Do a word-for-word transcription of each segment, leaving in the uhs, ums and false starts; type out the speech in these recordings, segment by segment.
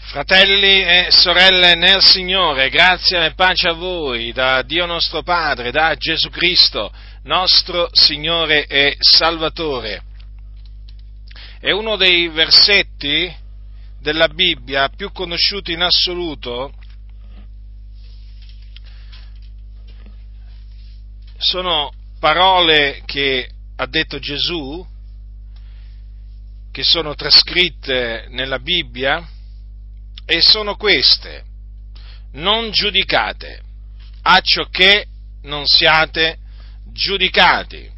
Fratelli e sorelle nel Signore, grazia e pace a voi da Dio nostro Padre, da Gesù Cristo, nostro Signore e Salvatore. È uno dei versetti della Bibbia più conosciuti in assoluto. Sono parole che ha detto Gesù, che sono trascritte nella Bibbia, e sono queste: non giudicate, acciocché non siate giudicati.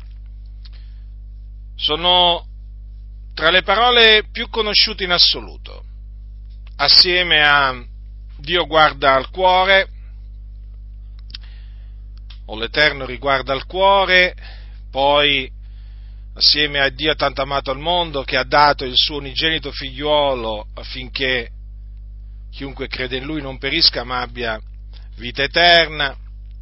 Sono tra le parole più conosciute in assoluto, assieme a Dio guarda al cuore, o l'Eterno riguarda al cuore, poi assieme a Dio ha tanto amato al mondo che ha dato il suo unigenito figliuolo affinché chiunque crede in Lui non perisca ma abbia vita eterna,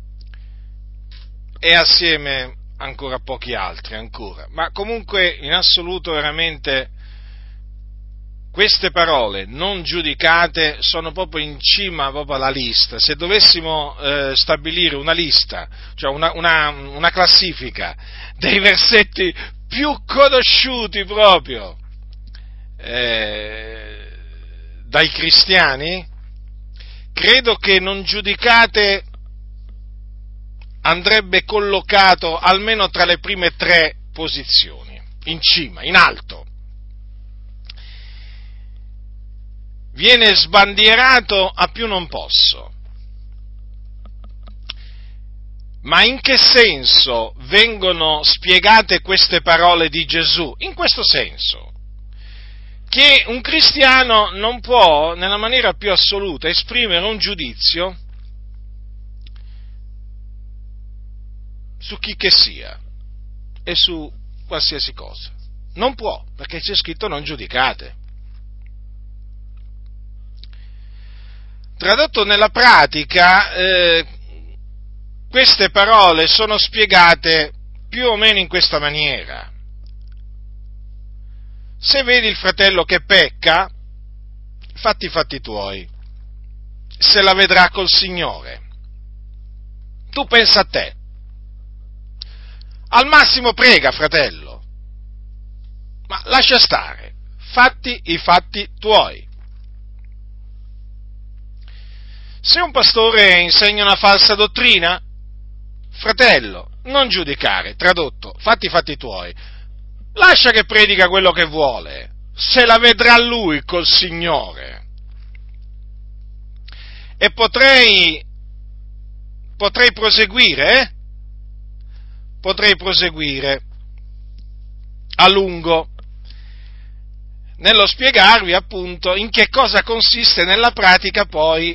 e assieme ancora a pochi altri ancora. Ma comunque in assoluto veramente queste parole, non giudicate, sono proprio in cima proprio alla lista. Se dovessimo eh, stabilire una lista, cioè una, una, una classifica dei versetti più conosciuti proprio eh, dai cristiani, credo che non giudicate andrebbe collocato almeno tra le prime tre posizioni, in cima, in alto. Viene sbandierato a più non posso. Ma in che senso vengono spiegate queste parole di Gesù? In questo senso, che un cristiano non può, nella maniera più assoluta, esprimere un giudizio su chi che sia e su qualsiasi cosa. Non può, perché c'è scritto non giudicate. Tradotto nella pratica, eh, queste parole sono spiegate più o meno in questa maniera. Se vedi il fratello che pecca, fatti i fatti tuoi, se la vedrà col Signore. Tu pensa a te. Al massimo prega, fratello, ma lascia stare, fatti i fatti tuoi. Se un pastore insegna una falsa dottrina, fratello, non giudicare, tradotto, fatti i fatti tuoi. Lascia che predica quello che vuole, se la vedrà lui col Signore. E potrei, potrei proseguire, eh? Potrei proseguire a lungo nello spiegarvi appunto in che cosa consiste nella pratica poi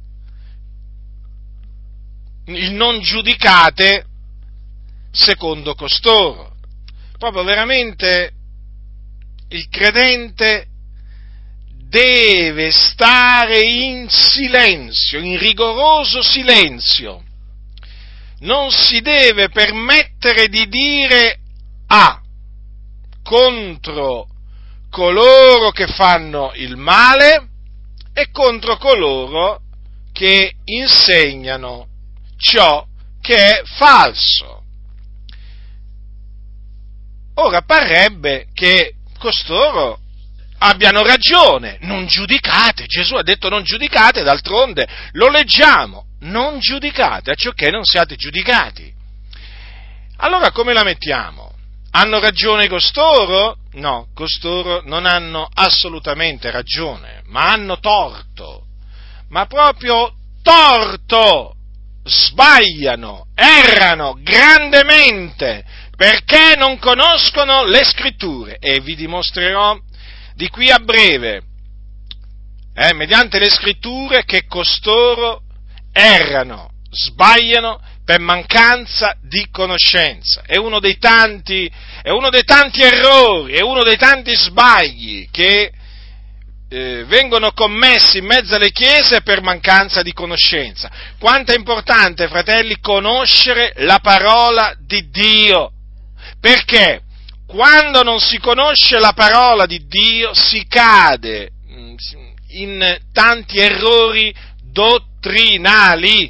il non giudicate secondo costoro. Proprio veramente il credente deve stare in silenzio, in rigoroso silenzio. Non si deve permettere di dire A contro coloro che fanno il male e contro coloro che insegnano ciò che è falso. Ora parrebbe che costoro abbiano ragione, non giudicate, Gesù ha detto non giudicate, d'altronde lo leggiamo, non giudicate, acciò che non siate giudicati. Allora come la mettiamo? Hanno ragione costoro? No, costoro non hanno assolutamente ragione, ma hanno torto, ma proprio torto, sbagliano, errano grandemente, perché non conoscono le Scritture, e vi dimostrerò di qui a breve, eh, mediante le Scritture, che costoro errano, sbagliano per mancanza di conoscenza. È uno dei tanti, è uno dei tanti errori, è uno dei tanti sbagli che eh, vengono commessi in mezzo alle chiese per mancanza di conoscenza. Quanto è importante, fratelli, conoscere la parola di Dio, perché quando non si conosce la parola di Dio si cade, in tanti errori dottrinali.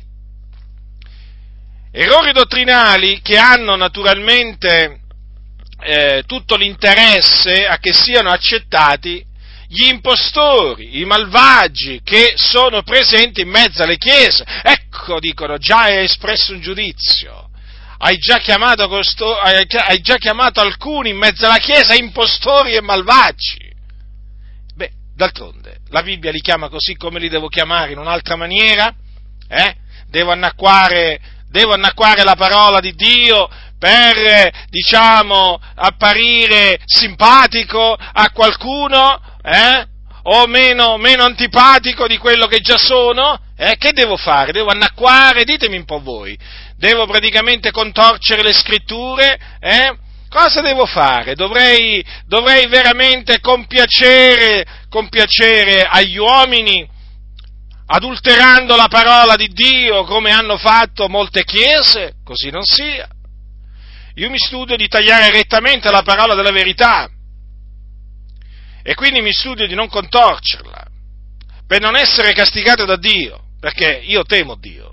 Errori dottrinali che hanno naturalmente eh, tutto l'interesse a che siano accettati gli impostori, i malvagi che sono presenti in mezzo alle chiese. Ecco, dicono, già hai espresso un giudizio, hai già chiamato, costo- hai già chiamato alcuni in mezzo alla chiesa impostori e malvagi. Beh, d'altronde, la Bibbia li chiama così, come li devo chiamare in un'altra maniera? Eh? Devo annacquare, devo annacquare la parola di Dio per, diciamo, apparire simpatico a qualcuno, eh? O meno, meno antipatico di quello che già sono? Eh? Che devo fare? Devo annacquare? Ditemi un po' voi. Devo praticamente contorcere le scritture? Eh? Cosa devo fare? Dovrei, dovrei veramente compiacere, compiacere agli uomini, adulterando la parola di Dio come hanno fatto molte chiese? Così non sia. Io mi studio di tagliare rettamente la parola della verità e quindi mi studio di non contorcerla per non essere castigato da Dio, perché io temo Dio.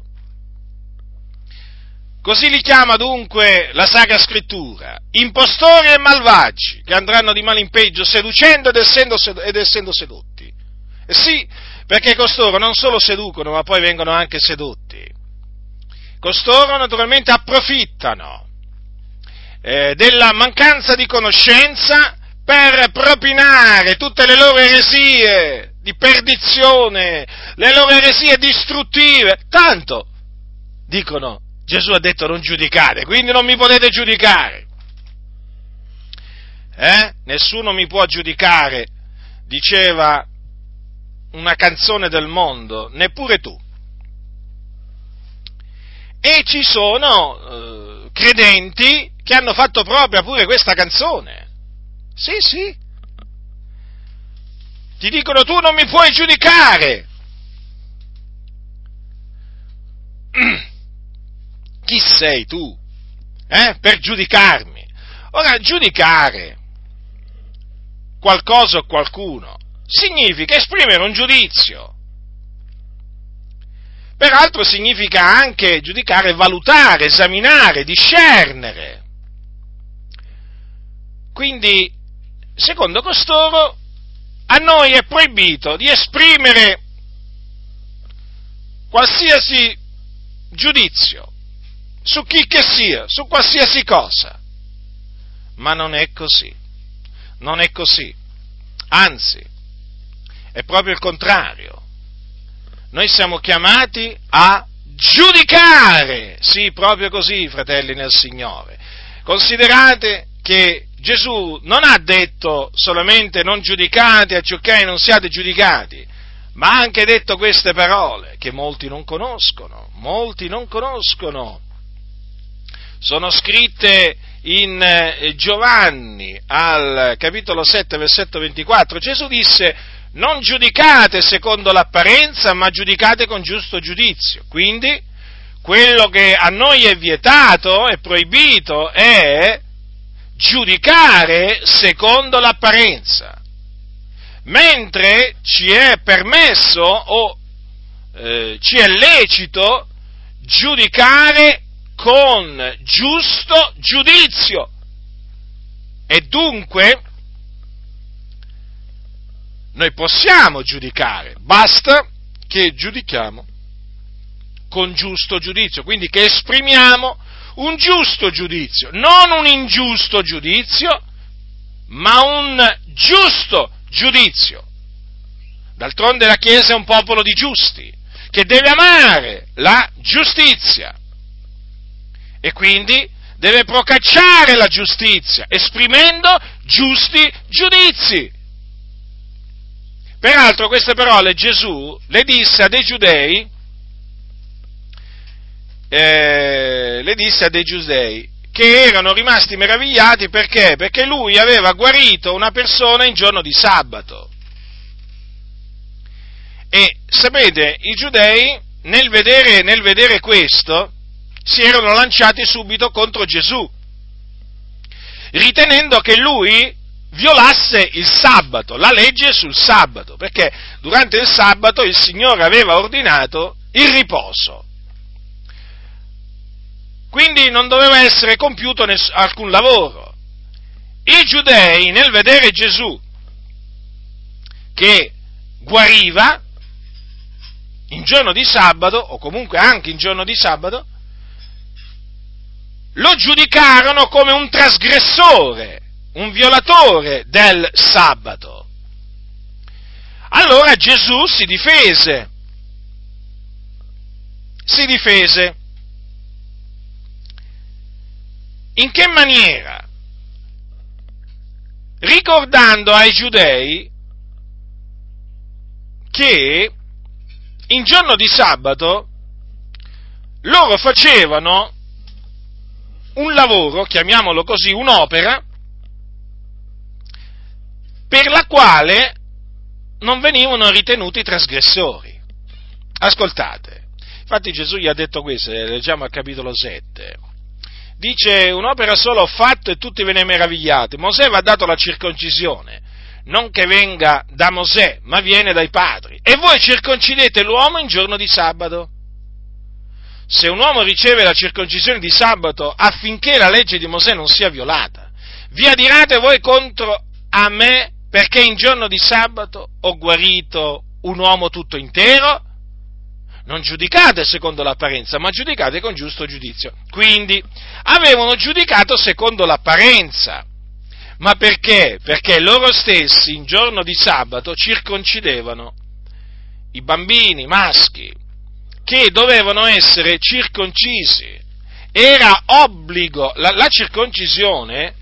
Così li chiama dunque la Sacra Scrittura, impostori e malvagi, che andranno di male in peggio, seducendo ed essendo, ed essendo sedotti. E sì, perché costoro non solo seducono, ma poi vengono anche sedotti. Costoro naturalmente approfittano eh, della mancanza di conoscenza per propinare tutte le loro eresie di perdizione, le loro eresie distruttive. Tanto, dicono, Gesù ha detto non giudicate, quindi non mi potete giudicare. Eh? Nessuno mi può giudicare, diceva una canzone del mondo, neppure tu. E ci sono eh, credenti che hanno fatto propria pure questa canzone. Sì, sì. Ti dicono tu non mi puoi giudicare. Chi sei tu? Eh? Per giudicarmi. Ora, giudicare qualcosa o qualcuno significa esprimere un giudizio. Peraltro significa anche giudicare, valutare, esaminare, discernere. Quindi, secondo costoro, a noi è proibito di esprimere qualsiasi giudizio su chi che sia, su qualsiasi cosa. Ma non è così. Non è così. Anzi, è proprio il contrario. Noi siamo chiamati a giudicare. Sì, proprio così, fratelli nel Signore. Considerate che Gesù non ha detto solamente non giudicate, acciocché non siate giudicati, ma ha anche detto queste parole che molti non conoscono, molti non conoscono. Sono scritte in eh, Giovanni al capitolo sette, versetto ventiquattro. Gesù disse: non giudicate secondo l'apparenza, ma giudicate con giusto giudizio. Quindi, quello che a noi è vietato, è proibito, è giudicare secondo l'apparenza, mentre ci è permesso o eh, ci è lecito giudicare con giusto giudizio. E dunque noi possiamo giudicare, basta che giudichiamo con giusto giudizio, quindi che esprimiamo un giusto giudizio, non un ingiusto giudizio, ma un giusto giudizio. D'altronde la Chiesa è un popolo di giusti, che deve amare la giustizia e quindi deve procacciare la giustizia, esprimendo giusti giudizi. Peraltro queste parole Gesù le disse a dei giudei, eh, le disse a dei giudei che erano rimasti meravigliati perché? Perché lui aveva guarito una persona in giorno di sabato. E sapete, i giudei nel vedere, nel vedere questo si erano lanciati subito contro Gesù, ritenendo che lui violasse il sabato, la legge sul sabato, perché durante il sabato il Signore aveva ordinato il riposo. Quindi non doveva essere compiuto ness- alcun lavoro. I giudei, nel vedere Gesù che guariva in giorno di sabato, o comunque anche in giorno di sabato, lo giudicarono come un trasgressore, un violatore del sabato. Allora Gesù si difese, si difese. In che maniera? Ricordando ai giudei che in giorno di sabato loro facevano un lavoro, chiamiamolo così, un'opera, per la quale non venivano ritenuti trasgressori. Ascoltate, infatti Gesù gli ha detto questo, leggiamo al capitolo sette, dice: un'opera sola ho fatto e tutti ve ne meravigliate. Mosè va dato la circoncisione, non che venga da Mosè, ma viene dai padri. E voi circoncidete l'uomo in giorno di sabato. Se un uomo riceve la circoncisione di sabato affinché la legge di Mosè non sia violata, vi adirate voi contro a me perché in giorno di sabato ho guarito un uomo tutto intero? Non giudicate secondo l'apparenza, ma giudicate con giusto giudizio. Quindi avevano giudicato secondo l'apparenza. Ma perché? Perché loro stessi in giorno di sabato circoncidevano i bambini maschi che dovevano essere circoncisi. Era obbligo, la, la circoncisione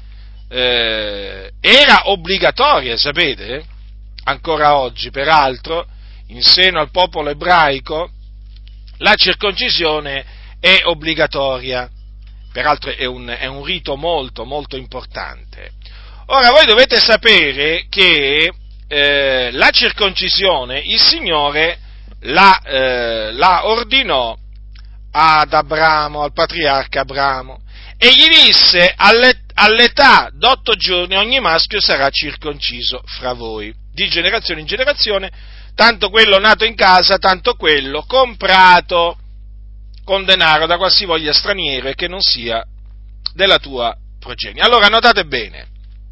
eh, era obbligatoria, sapete? Ancora oggi, peraltro, in seno al popolo ebraico, la circoncisione è obbligatoria, peraltro è un, è un rito molto, molto importante. Ora, voi dovete sapere che eh, la circoncisione, il Signore la, eh, la ordinò ad Abramo, al patriarca Abramo, e gli disse: all'età d'otto giorni ogni maschio sarà circonciso fra voi, di generazione in generazione, tanto quello nato in casa, tanto quello comprato con denaro da qualsivoglia straniero e che non sia della tua progenie. Allora, notate bene,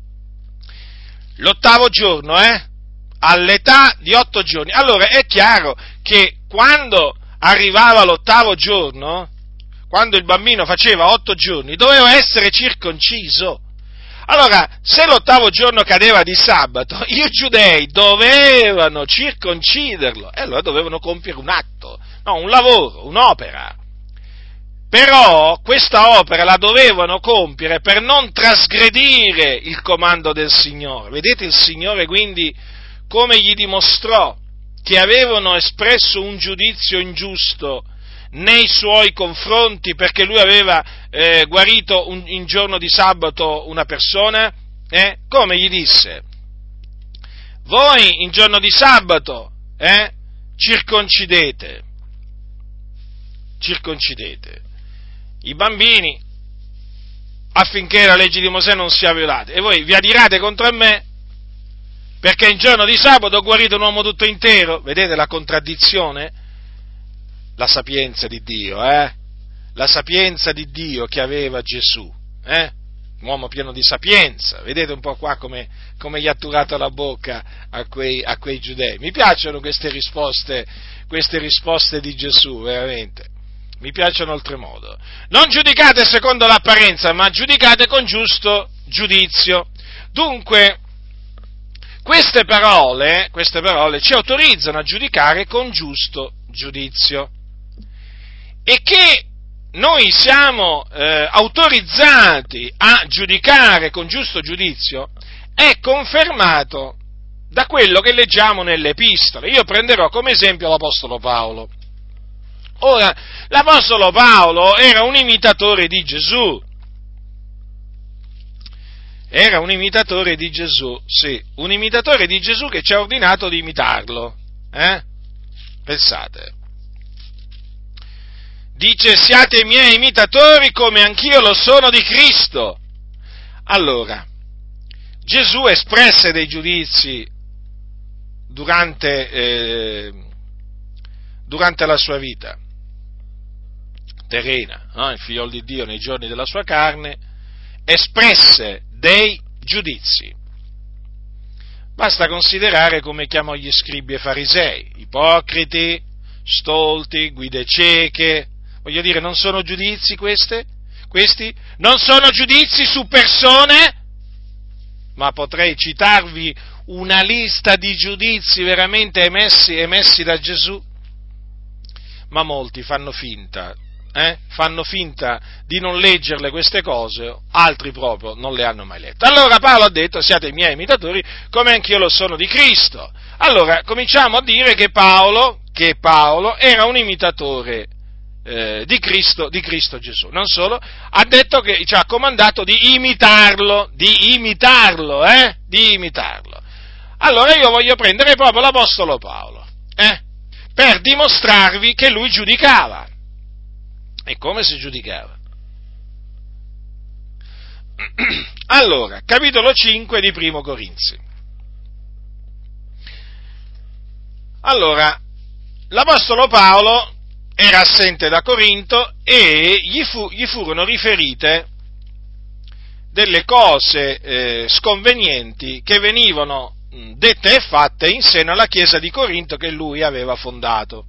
l'ottavo giorno, eh? All'età di otto giorni. Allora, è chiaro che quando arrivava l'ottavo giorno, quando il bambino faceva otto giorni, doveva essere circonciso. Allora, se l'ottavo giorno cadeva di sabato, i giudei dovevano circonciderlo, e allora dovevano compiere un atto, no, un lavoro, un'opera. Però questa opera la dovevano compiere per non trasgredire il comando del Signore. Vedete il Signore quindi come gli dimostrò che avevano espresso un giudizio ingiusto nei suoi confronti perché lui aveva eh, guarito un, in giorno di sabato una persona? Eh? Come gli disse? Voi in giorno di sabato eh, circoncidete, circoncidete i bambini affinché la legge di Mosè non sia violata, e voi vi adirate contro me perché in giorno di sabato ho guarito un uomo tutto intero. Vedete la contraddizione? La sapienza di Dio, eh? La sapienza di Dio che aveva Gesù, eh? Un uomo pieno di sapienza. Vedete un po' qua come, come gli ha turato la bocca a quei, a quei giudei. Mi piacciono queste risposte, queste risposte di Gesù, veramente. Mi piacciono oltremodo. Non giudicate secondo l'apparenza, ma giudicate con giusto giudizio. Dunque, queste parole, queste parole ci autorizzano a giudicare con giusto giudizio. E che noi siamo eh, autorizzati a giudicare con giusto giudizio è confermato da quello che leggiamo nelle epistole. Io prenderò come esempio l'Apostolo Paolo. Ora, l'Apostolo Paolo era un imitatore di Gesù. Era un imitatore di Gesù, sì, un imitatore di Gesù che ci ha ordinato di imitarlo. Eh? Pensate. Dice: siate miei imitatori come anch'io lo sono di Cristo. Allora, Gesù espresse dei giudizi durante, eh, durante la sua vita terrena, no? Il figliolo di Dio nei giorni della sua carne espresse dei giudizi. Basta considerare come chiamò gli scribi e farisei, ipocriti, stolti, guide cieche. Voglio dire, non sono giudizi queste? Questi? Non sono giudizi su persone? Ma potrei citarvi una lista di giudizi veramente emessi, emessi da Gesù. Ma molti fanno finta, eh? fanno finta di non leggerle queste cose, altri proprio non le hanno mai lette. Allora Paolo ha detto: siate i miei imitatori come anch'io lo sono di Cristo. Allora cominciamo a dire che Paolo, che Paolo era un imitatore eh, di Cristo, di Cristo Gesù. Non solo, ha detto che ci ha comandato di imitarlo, di imitarlo, eh? di imitarlo. Allora io voglio prendere proprio l'Apostolo Paolo, eh? per dimostrarvi che lui giudicava. E come si giudicava? Allora, capitolo cinque di Primo Corinzi. Allora, l'Apostolo Paolo era assente da Corinto e gli, fu, gli furono riferite delle cose eh, sconvenienti che venivano mh, dette e fatte in seno alla chiesa di Corinto che lui aveva fondato.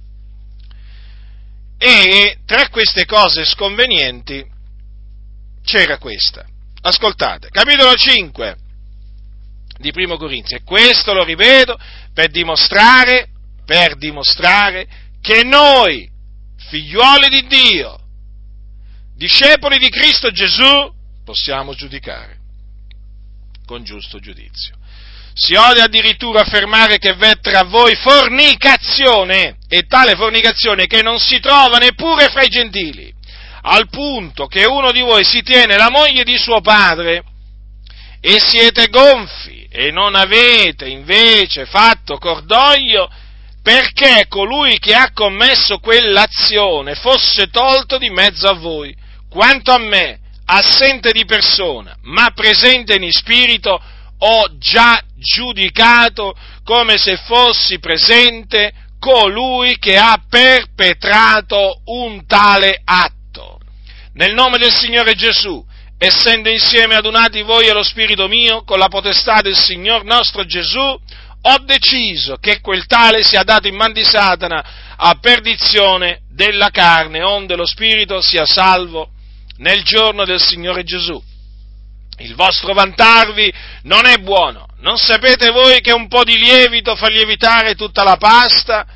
E tra queste cose sconvenienti c'era questa. Ascoltate, capitolo cinque di Primo Corinzi, e questo lo ripeto per dimostrare, per dimostrare che noi, figliuoli di Dio, discepoli di Cristo Gesù, possiamo giudicare con giusto giudizio. Si odia addirittura affermare che v'è tra voi fornicazione, e tale fornicazione che non si trova neppure fra i gentili, al punto che uno di voi si tiene la moglie di suo padre, e siete gonfi, e non avete invece fatto cordoglio perché colui che ha commesso quell'azione fosse tolto di mezzo a voi. Quanto a me, assente di persona, ma presente in spirito, ho già giudicato come se fossi presente colui che ha perpetrato un tale atto. Nel nome del Signore Gesù, essendo insieme adunati voi e lo Spirito mio, con la potestà del Signor nostro Gesù, ho deciso che quel tale sia dato in man di Satana a perdizione della carne, onde lo Spirito sia salvo nel giorno del Signore Gesù. Il vostro vantarvi non è buono. Non sapete voi che un po' di lievito fa lievitare tutta la pasta?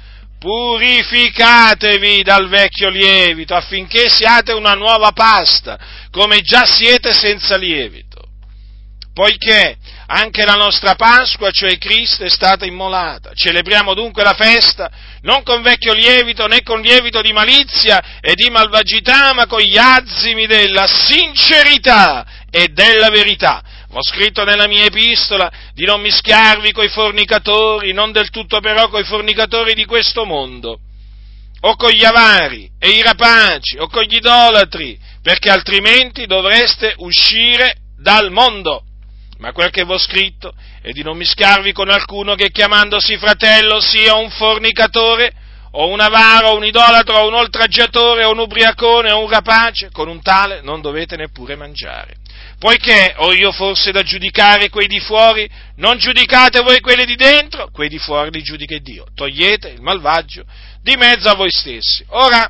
Purificatevi dal vecchio lievito affinché siate una nuova pasta, come già siete senza lievito. Poiché anche la nostra Pasqua, cioè Cristo, è stata immolata. Celebriamo dunque la festa non con vecchio lievito né con lievito di malizia e di malvagità, ma con gli azimi della sincerità e della verità. Ho scritto nella mia epistola di non mischiarvi coi fornicatori, non del tutto però coi fornicatori di questo mondo, o con gli avari e i rapaci, o con gli idolatri, perché altrimenti dovreste uscire dal mondo. Ma quel che v'ho scritto è di non mischiarvi con alcuno che chiamandosi fratello sia un fornicatore, o un avaro, o un idolatro, o un oltraggiatore, o un ubriacone, o un rapace. Con un tale non dovete neppure mangiare. Poiché ho io forse da giudicare quei di fuori? Non giudicate voi quelli di dentro, quei di fuori li giudica Dio. Togliete il malvagio di mezzo a voi stessi. Ora,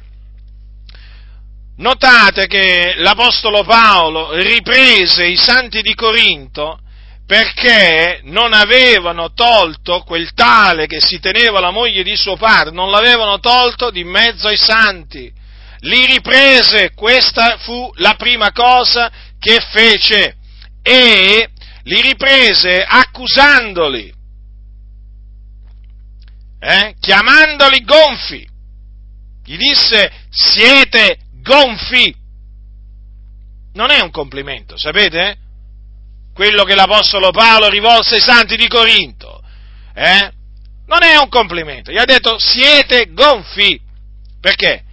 notate che l'Apostolo Paolo riprese i santi di Corinto perché non avevano tolto quel tale che si teneva la moglie di suo padre, non l'avevano tolto di mezzo ai santi. Li riprese, questa fu la prima cosa che fece, e li riprese accusandoli, eh? chiamandoli gonfi. Gli disse: siete gonfi. Non è un complimento, sapete? Eh? Quello che l'Apostolo Paolo rivolse ai santi di Corinto, eh? non è un complimento. Gli ha detto: siete gonfi. Perché?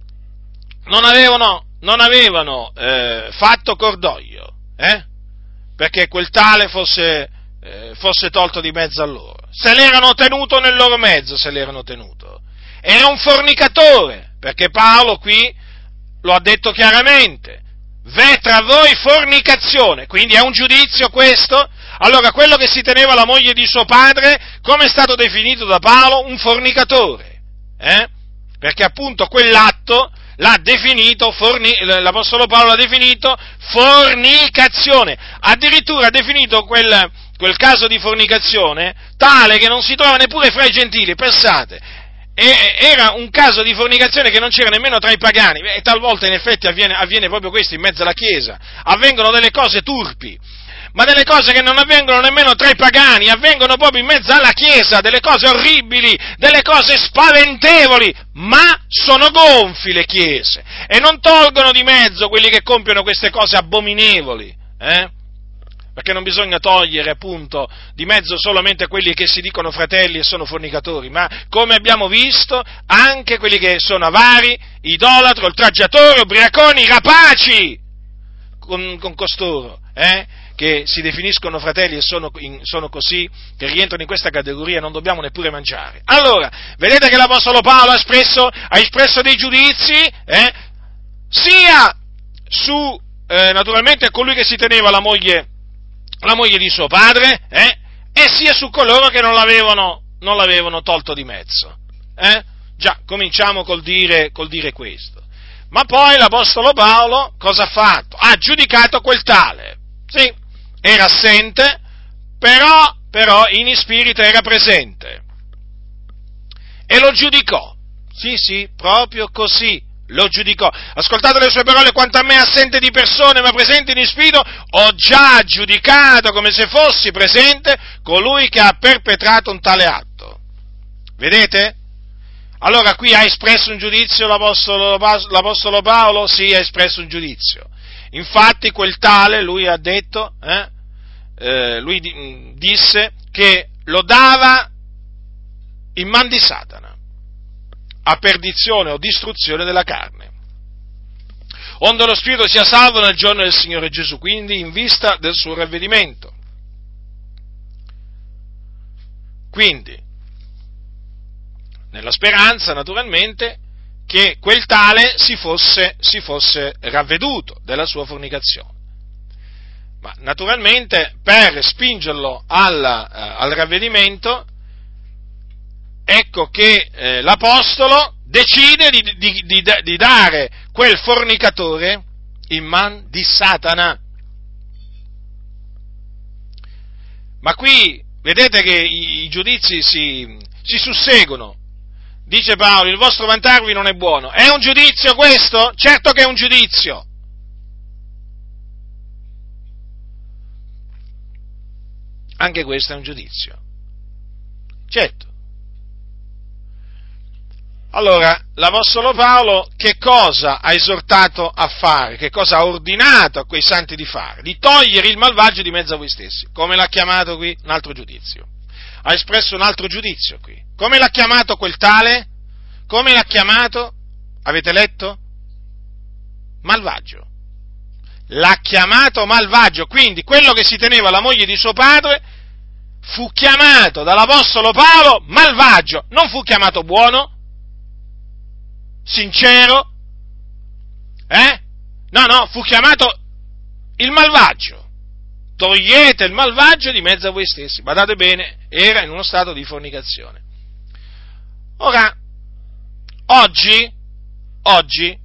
Non avevano, non avevano eh, fatto cordoglio, eh? perché quel tale fosse, eh, fosse tolto di mezzo a loro. Se l'erano tenuto nel loro mezzo, se l'erano tenuto. Era un fornicatore, perché Paolo qui lo ha detto chiaramente. V'è tra voi fornicazione, quindi è un giudizio questo? Allora, quello che si teneva la moglie di suo padre, come è stato definito da Paolo? Un fornicatore, eh? Perché appunto quell'atto l'ha definito, forni, l'Apostolo Paolo l'ha definito fornicazione, addirittura ha definito quel, quel caso di fornicazione tale che non si trova neppure fra i gentili, pensate. E era un caso di fornicazione che non c'era nemmeno tra i pagani, e talvolta in effetti avviene, avviene proprio questo in mezzo alla Chiesa, avvengono delle cose turpi, ma delle cose che non avvengono nemmeno tra i pagani, avvengono proprio in mezzo alla Chiesa, delle cose orribili, delle cose spaventevoli, ma sono gonfi le chiese, e non tolgono di mezzo quelli che compiono queste cose abominevoli, eh? Perché non bisogna togliere appunto di mezzo solamente quelli che si dicono fratelli e sono fornicatori, ma come abbiamo visto anche quelli che sono avari, idolatri, oltraggiatori, ubriaconi, rapaci, con, con costoro, eh? Che si definiscono fratelli e sono, in, sono così, che rientrano in questa categoria, non dobbiamo neppure mangiare. Allora, vedete che l'Apostolo Paolo ha espresso, ha espresso dei giudizi, eh? Sia su, eh, naturalmente, colui che si teneva la moglie la moglie di suo padre, eh, e sia su coloro che non l'avevano, non l'avevano tolto di mezzo. Eh? Già, cominciamo col dire, col dire questo. Ma poi l'Apostolo Paolo cosa ha fatto? Ha giudicato quel tale. Sì, era assente, però, però in spirito era presente. E lo giudicò. Sì, sì, proprio così. Lo giudicò. Ascoltate le sue parole: quanto a me, assente di persone ma presente in spirito, ho già giudicato come se fossi presente colui che ha perpetrato un tale atto. Vedete? Allora qui ha espresso un giudizio l'Apostolo, l'Apostolo Paolo? Sì, ha espresso un giudizio. Infatti quel tale, lui ha detto, eh, eh, lui di, disse che lo dava in man di Satana, a perdizione o distruzione della carne, onde lo spirito sia salvo nel giorno del Signore Gesù, quindi in vista del suo ravvedimento. Quindi, nella speranza, naturalmente, che quel tale si fosse, si fosse ravveduto della sua fornicazione. Ma, naturalmente, per spingerlo al, eh, al ravvedimento, ecco che eh, l'Apostolo decide di, di, di, di dare quel fornicatore in man di Satana. Ma qui vedete che i, i giudizi si, si susseguono. Dice Paolo: il vostro vantarvi non è buono. È un giudizio questo? Certo che è un giudizio. Anche questo è un giudizio. Certo. Allora, l'Apostolo Paolo che cosa ha esortato a fare? Che cosa ha ordinato a quei santi di fare? Di togliere il malvagio di mezzo a voi stessi. Come l'ha chiamato qui? Un altro giudizio. Ha espresso un altro giudizio qui. Come l'ha chiamato quel tale? Come l'ha chiamato? Avete letto? Malvagio. L'ha chiamato malvagio, quindi quello che si teneva la moglie di suo padre fu chiamato dall'Apostolo Paolo malvagio, non fu chiamato buono, sincero, eh? No, no, fu chiamato il malvagio. Togliete il malvagio di mezzo a voi stessi. Badate bene, era in uno stato di fornicazione. Ora, oggi, oggi,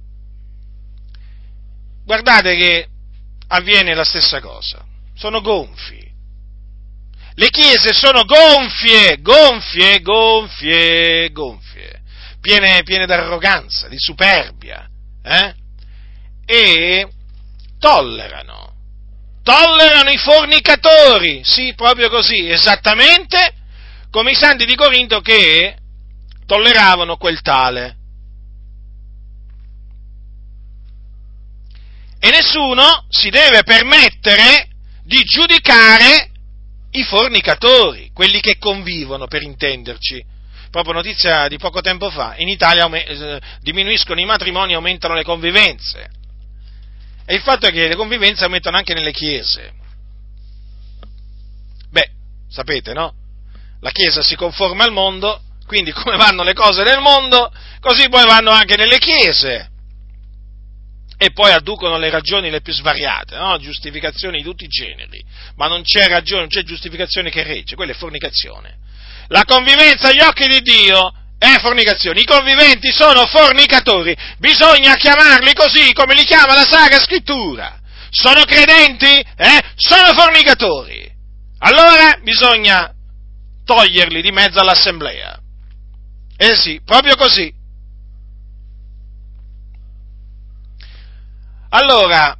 guardate che avviene la stessa cosa. Sono gonfi. Le chiese sono gonfie, gonfie, gonfie, gonfie. Piene, piene d'arroganza, di superbia, eh? E tollerano, tollerano i fornicatori, sì, proprio così, esattamente come i santi di Corinto che tolleravano quel tale. E nessuno si deve permettere di giudicare i fornicatori, quelli che convivono, per intenderci. Proprio notizia di poco tempo fa, in Italia eh, diminuiscono i matrimoni e aumentano le convivenze. E il fatto è che le convivenze aumentano anche nelle chiese. sapete, no? La Chiesa si conforma al mondo, quindi come vanno le cose nel mondo, così poi vanno anche nelle chiese. E poi adducono le ragioni le più svariate, no? Giustificazioni di tutti i generi, ma non c'è ragione, non c'è giustificazione che regge, quella è fornicazione. La convivenza agli occhi di Dio è fornicazione, i conviventi sono fornicatori, bisogna chiamarli così come li chiama la Sacra Scrittura. Sono credenti? Eh? Sono fornicatori. Allora bisogna toglierli di mezzo all'assemblea. Eh sì, proprio così. Allora,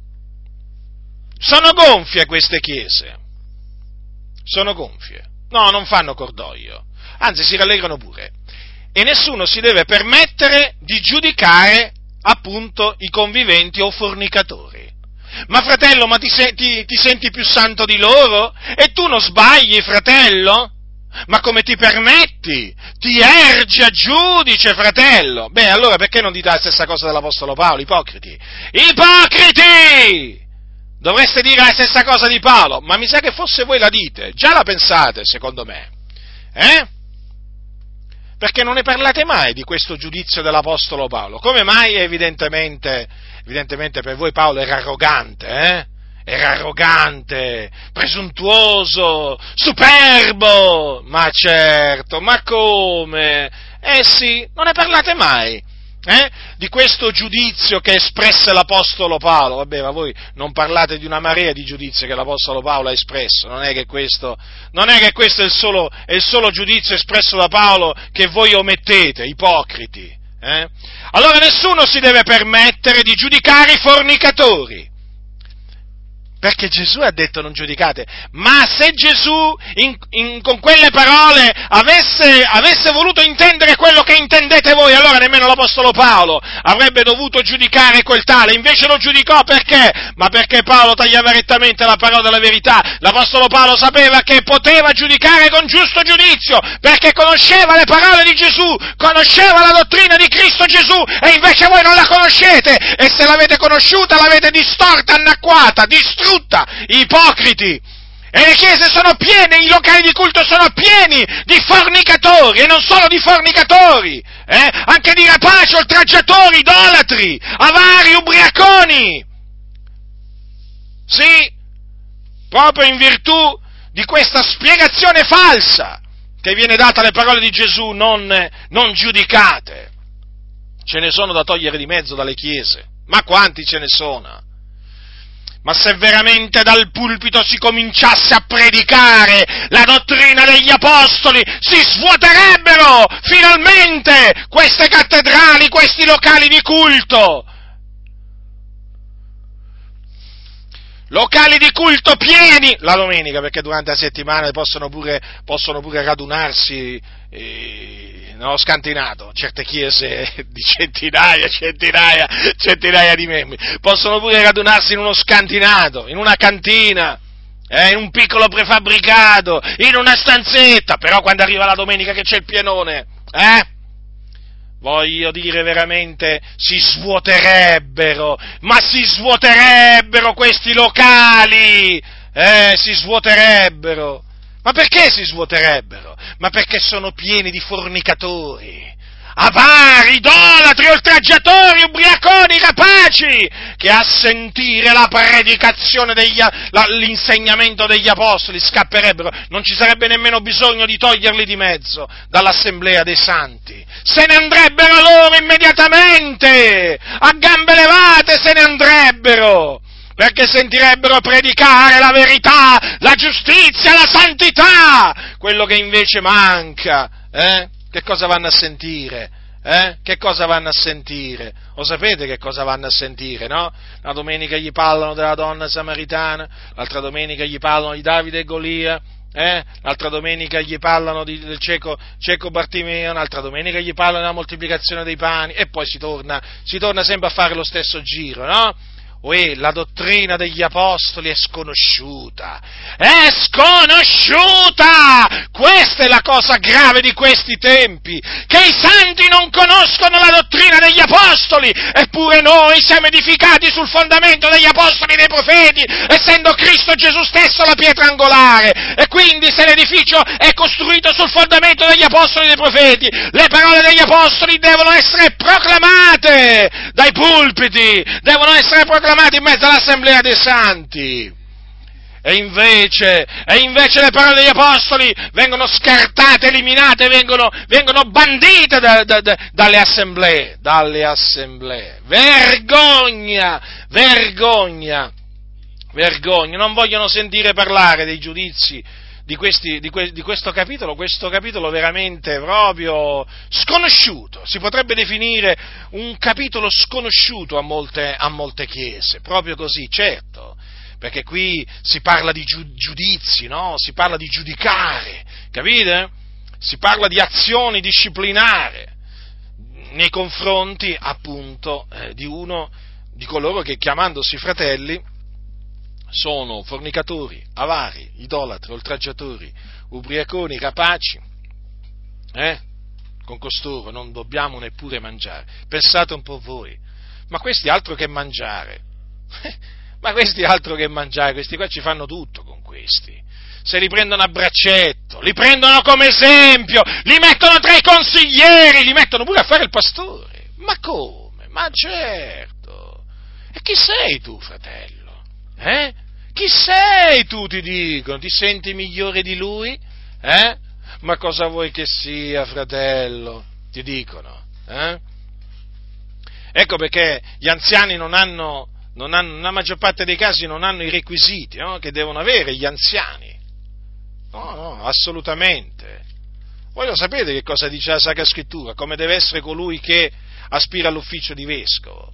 sono gonfie queste chiese, sono gonfie, no, non fanno cordoglio, anzi si rallegrano pure, e nessuno si deve permettere di giudicare appunto i conviventi o fornicatori. Ma fratello, ma ti, ti, ti senti più santo di loro? E tu non sbagli, fratello? Ma come ti permetti? Ti ergi a giudice, fratello! Beh, allora perché non dite la stessa cosa dell'Apostolo Paolo, ipocriti? Ipocriti! Dovreste dire la stessa cosa di Paolo, ma mi sa che forse voi la dite, già la pensate, secondo me, eh? Perché non ne parlate mai di questo giudizio dell'Apostolo Paolo. Come mai? Evidentemente, evidentemente per voi Paolo era arrogante, eh? Era arrogante, presuntuoso, superbo, ma certo, ma come? Eh sì, non ne parlate mai, eh? Di questo giudizio che espresse l'Apostolo Paolo. Vabbè, ma voi non parlate di una marea di giudizi che l'Apostolo Paolo ha espresso, non è che questo, non è che questo è il solo, è il solo giudizio espresso da Paolo che voi omettete, ipocriti, eh? Allora nessuno si deve permettere di giudicare i fornicatori. Perché Gesù ha detto non giudicate, ma se Gesù in, in, con quelle parole avesse, avesse voluto intendere quello che intendete voi, allora nemmeno l'Apostolo Paolo avrebbe dovuto giudicare quel tale, invece lo giudicò perché? Ma perché Paolo tagliava rettamente la parola della verità. L'Apostolo Paolo sapeva che poteva giudicare con giusto giudizio, perché conosceva le parole di Gesù, conosceva la dottrina di Cristo Gesù, e invece voi non la conoscete, e se l'avete conosciuta l'avete distorta, annacquata, distrutta. Ipocriti! E le chiese sono piene, i locali di culto sono pieni di fornicatori, e non solo di fornicatori, eh? Anche di rapaci, oltraggiatori, idolatri, avari, ubriaconi. Sì, proprio in virtù di questa spiegazione falsa che viene data alle parole di Gesù, non, non giudicate. Ce ne sono da togliere di mezzo dalle chiese, ma quanti ce ne sono? Ma se veramente dal pulpito si cominciasse a predicare la dottrina degli apostoli, si svuoterebbero finalmente queste cattedrali, questi locali di culto. Locali di culto pieni la domenica, perché durante la settimana possono pure, possono pure radunarsi eh, nello scantinato, certe chiese di centinaia, centinaia, centinaia di membri, possono pure radunarsi in uno scantinato, in una cantina, eh, in un piccolo prefabbricato, in una stanzetta, però quando arriva la domenica che c'è il pienone, eh? Voglio dire veramente, si svuoterebbero, ma si svuoterebbero questi locali, eh, si svuoterebbero. Ma perché si svuoterebbero? Ma perché sono pieni di fornicatori, avari, idolatri, oltraggiatori, ubriaconi, rapaci, che a sentire la predicazione degli, la, l'insegnamento degli apostoli scapperebbero, non ci sarebbe nemmeno bisogno di toglierli di mezzo dall'assemblea dei santi, se ne andrebbero loro immediatamente, a gambe levate se ne andrebbero, perché sentirebbero predicare la verità, la giustizia, la santità, quello che invece manca, eh? Che cosa vanno a sentire? Eh? Che cosa vanno a sentire? Lo sapete che cosa vanno a sentire, no? Una domenica gli parlano della donna samaritana, l'altra domenica gli parlano di Davide e Golia, eh? L'altra domenica gli parlano di, del cieco, cieco Bartimeo, un'altra domenica gli parlano della moltiplicazione dei pani, e poi si torna, si torna sempre a fare lo stesso giro, no? Uè, la dottrina degli apostoli è sconosciuta, è sconosciuta! Questa è la cosa grave di questi tempi, che i santi non conoscono la dottrina degli apostoli, eppure noi siamo edificati sul fondamento degli apostoli e dei profeti, essendo Cristo Gesù stesso la pietra angolare, e quindi se l'edificio è costruito sul fondamento degli apostoli e dei profeti, le parole degli apostoli devono essere proclamate dai pulpiti, devono essere proclamate in mezzo all'assemblea dei santi, e invece, e invece le parole degli apostoli vengono scartate, eliminate, vengono, vengono bandite da, da, da, dalle assemblee, dalle assemblee. Vergogna, vergogna, vergogna, non vogliono sentire parlare dei giudizi di, questi, di, que, di questo capitolo, questo capitolo veramente proprio sconosciuto, si potrebbe definire un capitolo sconosciuto a molte, a molte chiese, proprio così, certo, perché qui si parla di giudizi, no? Si parla di giudicare, capite? Si parla di azioni disciplinari nei confronti, appunto, eh, di uno di coloro che, chiamandosi fratelli, sono fornicatori, avari, idolatri, oltraggiatori, ubriaconi, rapaci, eh? Con costoro non dobbiamo neppure mangiare. Pensate un po' voi, ma questi altro che mangiare, ma questi altro che mangiare, questi qua ci fanno tutto con questi, se li prendono a braccetto, li prendono come esempio, li mettono tra i consiglieri, li mettono pure a fare il pastore, ma come? Ma certo, e chi sei tu, fratello? Eh? Chi sei tu, ti dicono? Ti senti migliore di lui? Eh? Ma cosa vuoi che sia, fratello? Ti dicono. Eh? Ecco perché gli anziani non hanno, non hanno, nella maggior parte dei casi non hanno i requisiti, no? Che devono avere gli anziani. No, no, assolutamente. Voi lo sapete che cosa dice la Sacra Scrittura? Come deve essere colui che aspira all'ufficio di vescovo.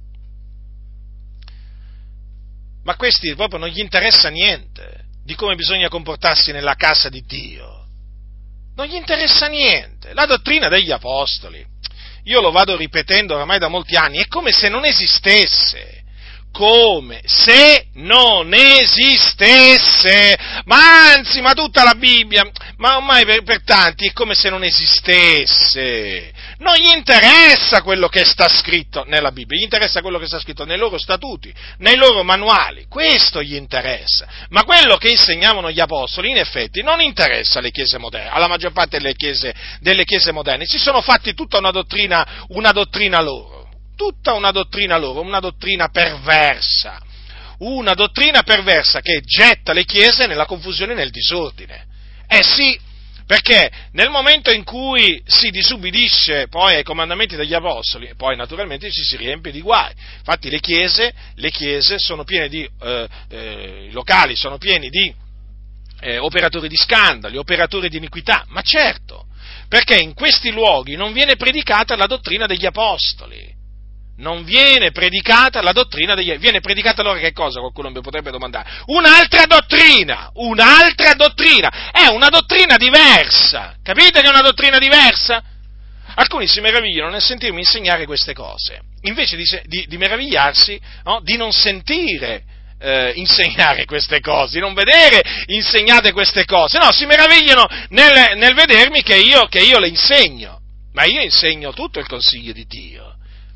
Ma a questi proprio non gli interessa niente di come bisogna comportarsi nella casa di Dio. Non gli interessa niente. La dottrina degli apostoli, io lo vado ripetendo oramai da molti anni, è come se non esistesse. Come se non esistesse. Ma anzi, ma tutta la Bibbia, ma ormai per, per tanti è come se non esistesse. Non gli interessa quello che sta scritto nella Bibbia, gli interessa quello che sta scritto nei loro statuti, nei loro manuali, questo gli interessa. Ma quello che insegnavano gli apostoli, in effetti, non interessa alle chiese moderne, alla maggior parte delle chiese, delle chiese moderne. Si sono fatti tutta una dottrina, una dottrina loro, tutta una dottrina loro, una dottrina perversa, una dottrina perversa che getta le chiese nella confusione e nel disordine. Eh sì, perché nel momento in cui si disubbidisce poi ai comandamenti degli apostoli, poi naturalmente ci si riempie di guai. Infatti le chiese, le chiese sono piene di, eh, eh, i locali sono pieni di eh, operatori di scandali, operatori di iniquità, ma certo, perché in questi luoghi non viene predicata la dottrina degli apostoli. Non viene predicata la dottrina degli... Viene predicata allora che cosa? Qualcuno mi potrebbe domandare. Un'altra dottrina! Un'altra dottrina! È una dottrina diversa! Capite che è una dottrina diversa? Alcuni si meravigliano nel sentirmi insegnare queste cose, invece di, di, di meravigliarsi, no, di non sentire eh, insegnare queste cose, di non vedere insegnate queste cose. No, si meravigliano nel, nel vedermi che io, che io le insegno. Ma io insegno tutto il consiglio di Dio.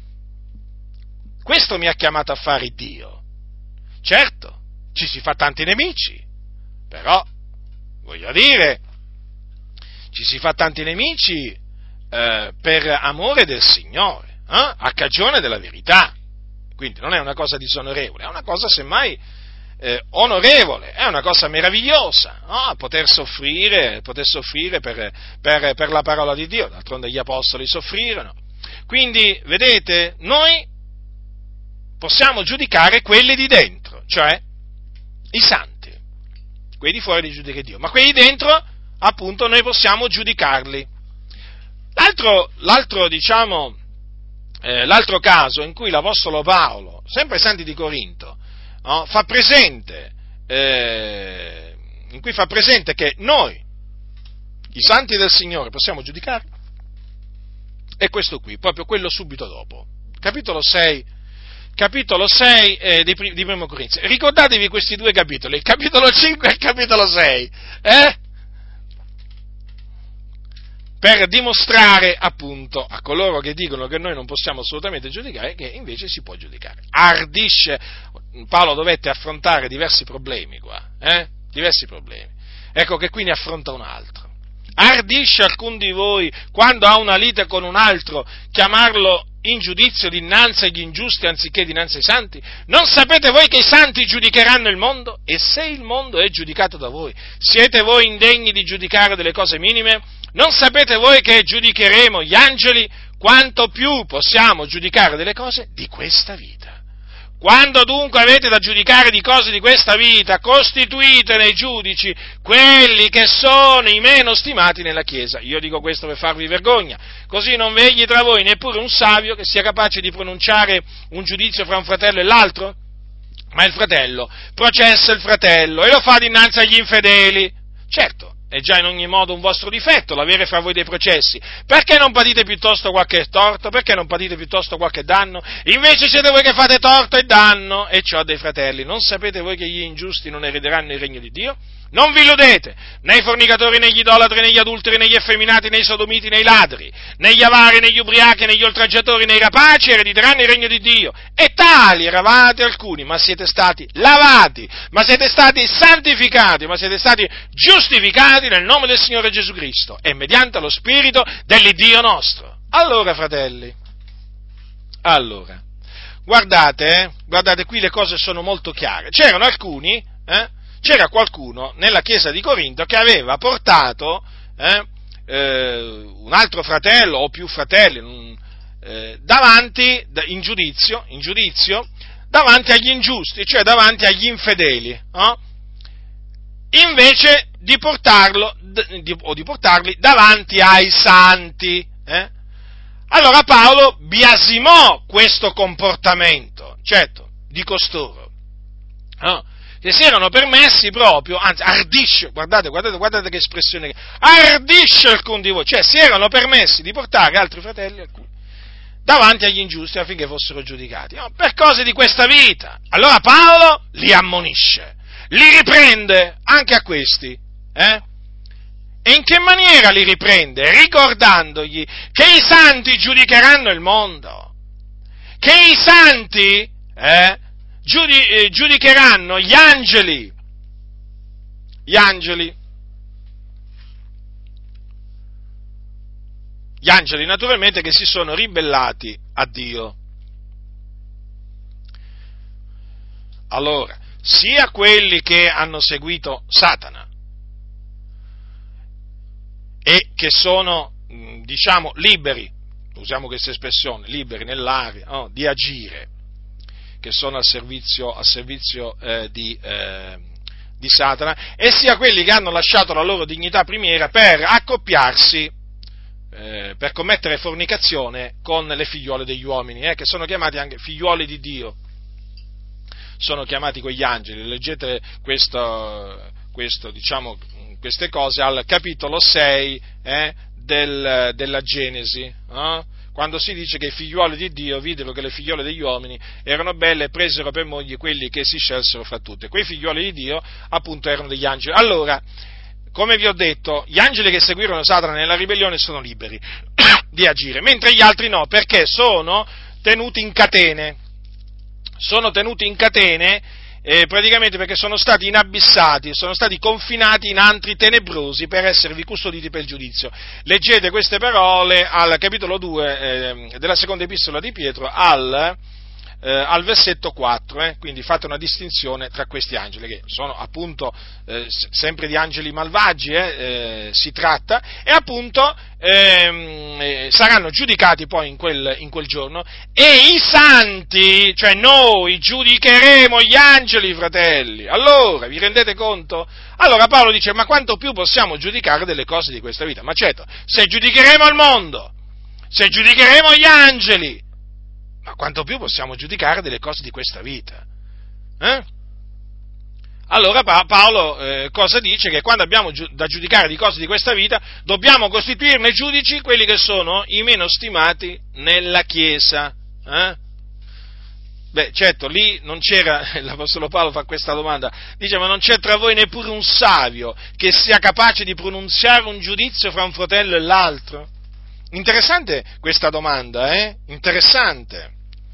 Questo mi ha chiamato a fare Dio. Certo, ci si fa tanti nemici, però, voglio dire, ci si fa tanti nemici eh, per amore del Signore, eh? A cagione della verità. Quindi non è una cosa disonorevole, è una cosa semmai eh, onorevole, è una cosa meravigliosa, no? Poter soffrire, poter soffrire per, per, per la parola di Dio, d'altronde gli apostoli soffrirono. Quindi, vedete, noi possiamo giudicare quelli di dentro, cioè i santi. Quelli di fuori li giudica Dio, ma quelli di dentro, appunto, noi possiamo giudicarli. L'altro, l'altro diciamo, eh, l'altro caso in cui l'Apostolo Paolo, sempre ai santi di Corinto, no, fa presente, eh, in cui fa presente che noi, i santi del Signore, possiamo giudicarli, è questo qui, proprio quello subito dopo, capitolo sei, capitolo sei eh, di, di Primo Corinzi. Ricordatevi questi due capitoli, il capitolo cinque e il capitolo sei, eh? Per dimostrare appunto a coloro che dicono che noi non possiamo assolutamente giudicare che invece si può giudicare. Ardisce, Paolo dovette affrontare diversi problemi qua, eh? Diversi problemi. Ecco che qui ne affronta un altro. Ardisce alcun di voi, quando ha una lite con un altro, chiamarlo in giudizio dinanzi agli ingiusti anziché dinanzi ai santi? Non sapete voi che i santi giudicheranno il mondo? E se il mondo è giudicato da voi, siete voi indegni di giudicare delle cose minime? Non sapete voi che giudicheremo gli angeli? Quanto più possiamo giudicare delle cose di questa vita. Quando dunque avete da giudicare di cose di questa vita, costituite nei giudici quelli che sono i meno stimati nella Chiesa. Io dico questo per farvi vergogna, così non vegli tra voi neppure un savio che sia capace di pronunciare un giudizio fra un fratello e l'altro? Ma il fratello processa il fratello e lo fa dinanzi agli infedeli. Certo, è già in ogni modo un vostro difetto l'avere fra voi dei processi. Perché non patite piuttosto qualche torto? Perché non patite piuttosto qualche danno? Invece siete voi che fate torto e danno, e ciò dei fratelli. Non sapete voi che gli ingiusti non erederanno il regno di Dio? Non vi illudete, né i fornicatori, né gli idolatri, né gli adulteri, né gli effeminati, né i sodomiti, né i ladri, né gli avari, né gli ubriachi, né gli oltraggiatori, né i rapaci erediteranno il regno di Dio. E tali eravate alcuni, ma siete stati lavati, ma siete stati santificati, ma siete stati giustificati nel nome del Signore Gesù Cristo e mediante lo Spirito dell'Iddio nostro. Allora, fratelli, allora, guardate, eh, guardate qui le cose sono molto chiare. C'erano alcuni, eh, C'era qualcuno nella chiesa di Corinto che aveva portato eh, eh, un altro fratello o più fratelli eh, davanti, in giudizio, in giudizio, davanti agli ingiusti, cioè davanti agli infedeli, no? Invece di portarlo di, o di portarli davanti ai santi. Eh? Allora Paolo biasimò questo comportamento, certo, di costoro. No? Che si erano permessi proprio, anzi, ardisce, guardate, guardate, guardate che espressione, ardisce alcun di voi, cioè si erano permessi di portare altri fratelli davanti agli ingiusti affinché fossero giudicati, no, per cose di questa vita. Allora Paolo li ammonisce, li riprende anche a questi, eh? E in che maniera li riprende? Ricordandogli che i santi giudicheranno il mondo, che i santi, eh? giudicheranno gli angeli, gli angeli, gli angeli naturalmente che si sono ribellati a Dio. Allora, sia quelli che hanno seguito Satana e che sono, diciamo, liberi, usiamo questa espressione, liberi nell'area, no, di agire, che sono al servizio, al servizio eh, di, eh, di Satana, e sia quelli che hanno lasciato la loro dignità primiera per accoppiarsi, eh, per commettere fornicazione con le figliuole degli uomini, eh, che sono chiamati anche figliuoli di Dio, sono chiamati quegli angeli. Leggete questo, questo, diciamo, queste cose al capitolo sei eh, del, della Genesi, eh? Quando si dice che i figliuoli di Dio videro che le figliole degli uomini erano belle e presero per mogli quelli che si scelsero fra tutte. Quei figliuoli di Dio, appunto, erano degli angeli. Allora, come vi ho detto, gli angeli che seguirono Satana nella ribellione sono liberi di agire, mentre gli altri no, perché sono tenuti in catene. Sono tenuti in catene eh, praticamente perché sono stati inabissati, sono stati confinati in antri tenebrosi per esservi custoditi per il giudizio. Leggete queste parole al capitolo due eh, della seconda epistola di Pietro, al, eh, al versetto quattro, eh, quindi fate una distinzione tra questi angeli, che sono appunto eh, sempre di angeli malvagi, eh, eh, si tratta, e appunto ehm, eh, saranno giudicati poi in quel, in quel giorno, e i santi, cioè noi, giudicheremo gli angeli, fratelli. Allora, vi rendete conto? Allora Paolo dice, ma quanto più possiamo giudicare delle cose di questa vita? Ma certo, se giudicheremo il mondo, se giudicheremo gli angeli, ma quanto più possiamo giudicare delle cose di questa vita? Eh? Allora pa- Paolo eh, cosa dice? Che quando abbiamo giu- da giudicare di cose di questa vita, dobbiamo costituirne giudici quelli che sono i meno stimati nella Chiesa. Eh? Beh, certo, lì non c'era, l'Apostolo Paolo fa questa domanda, dice, ma non c'è tra voi neppure un savio che sia capace di pronunziare un giudizio fra un fratello e l'altro? Interessante questa domanda, eh? Interessante.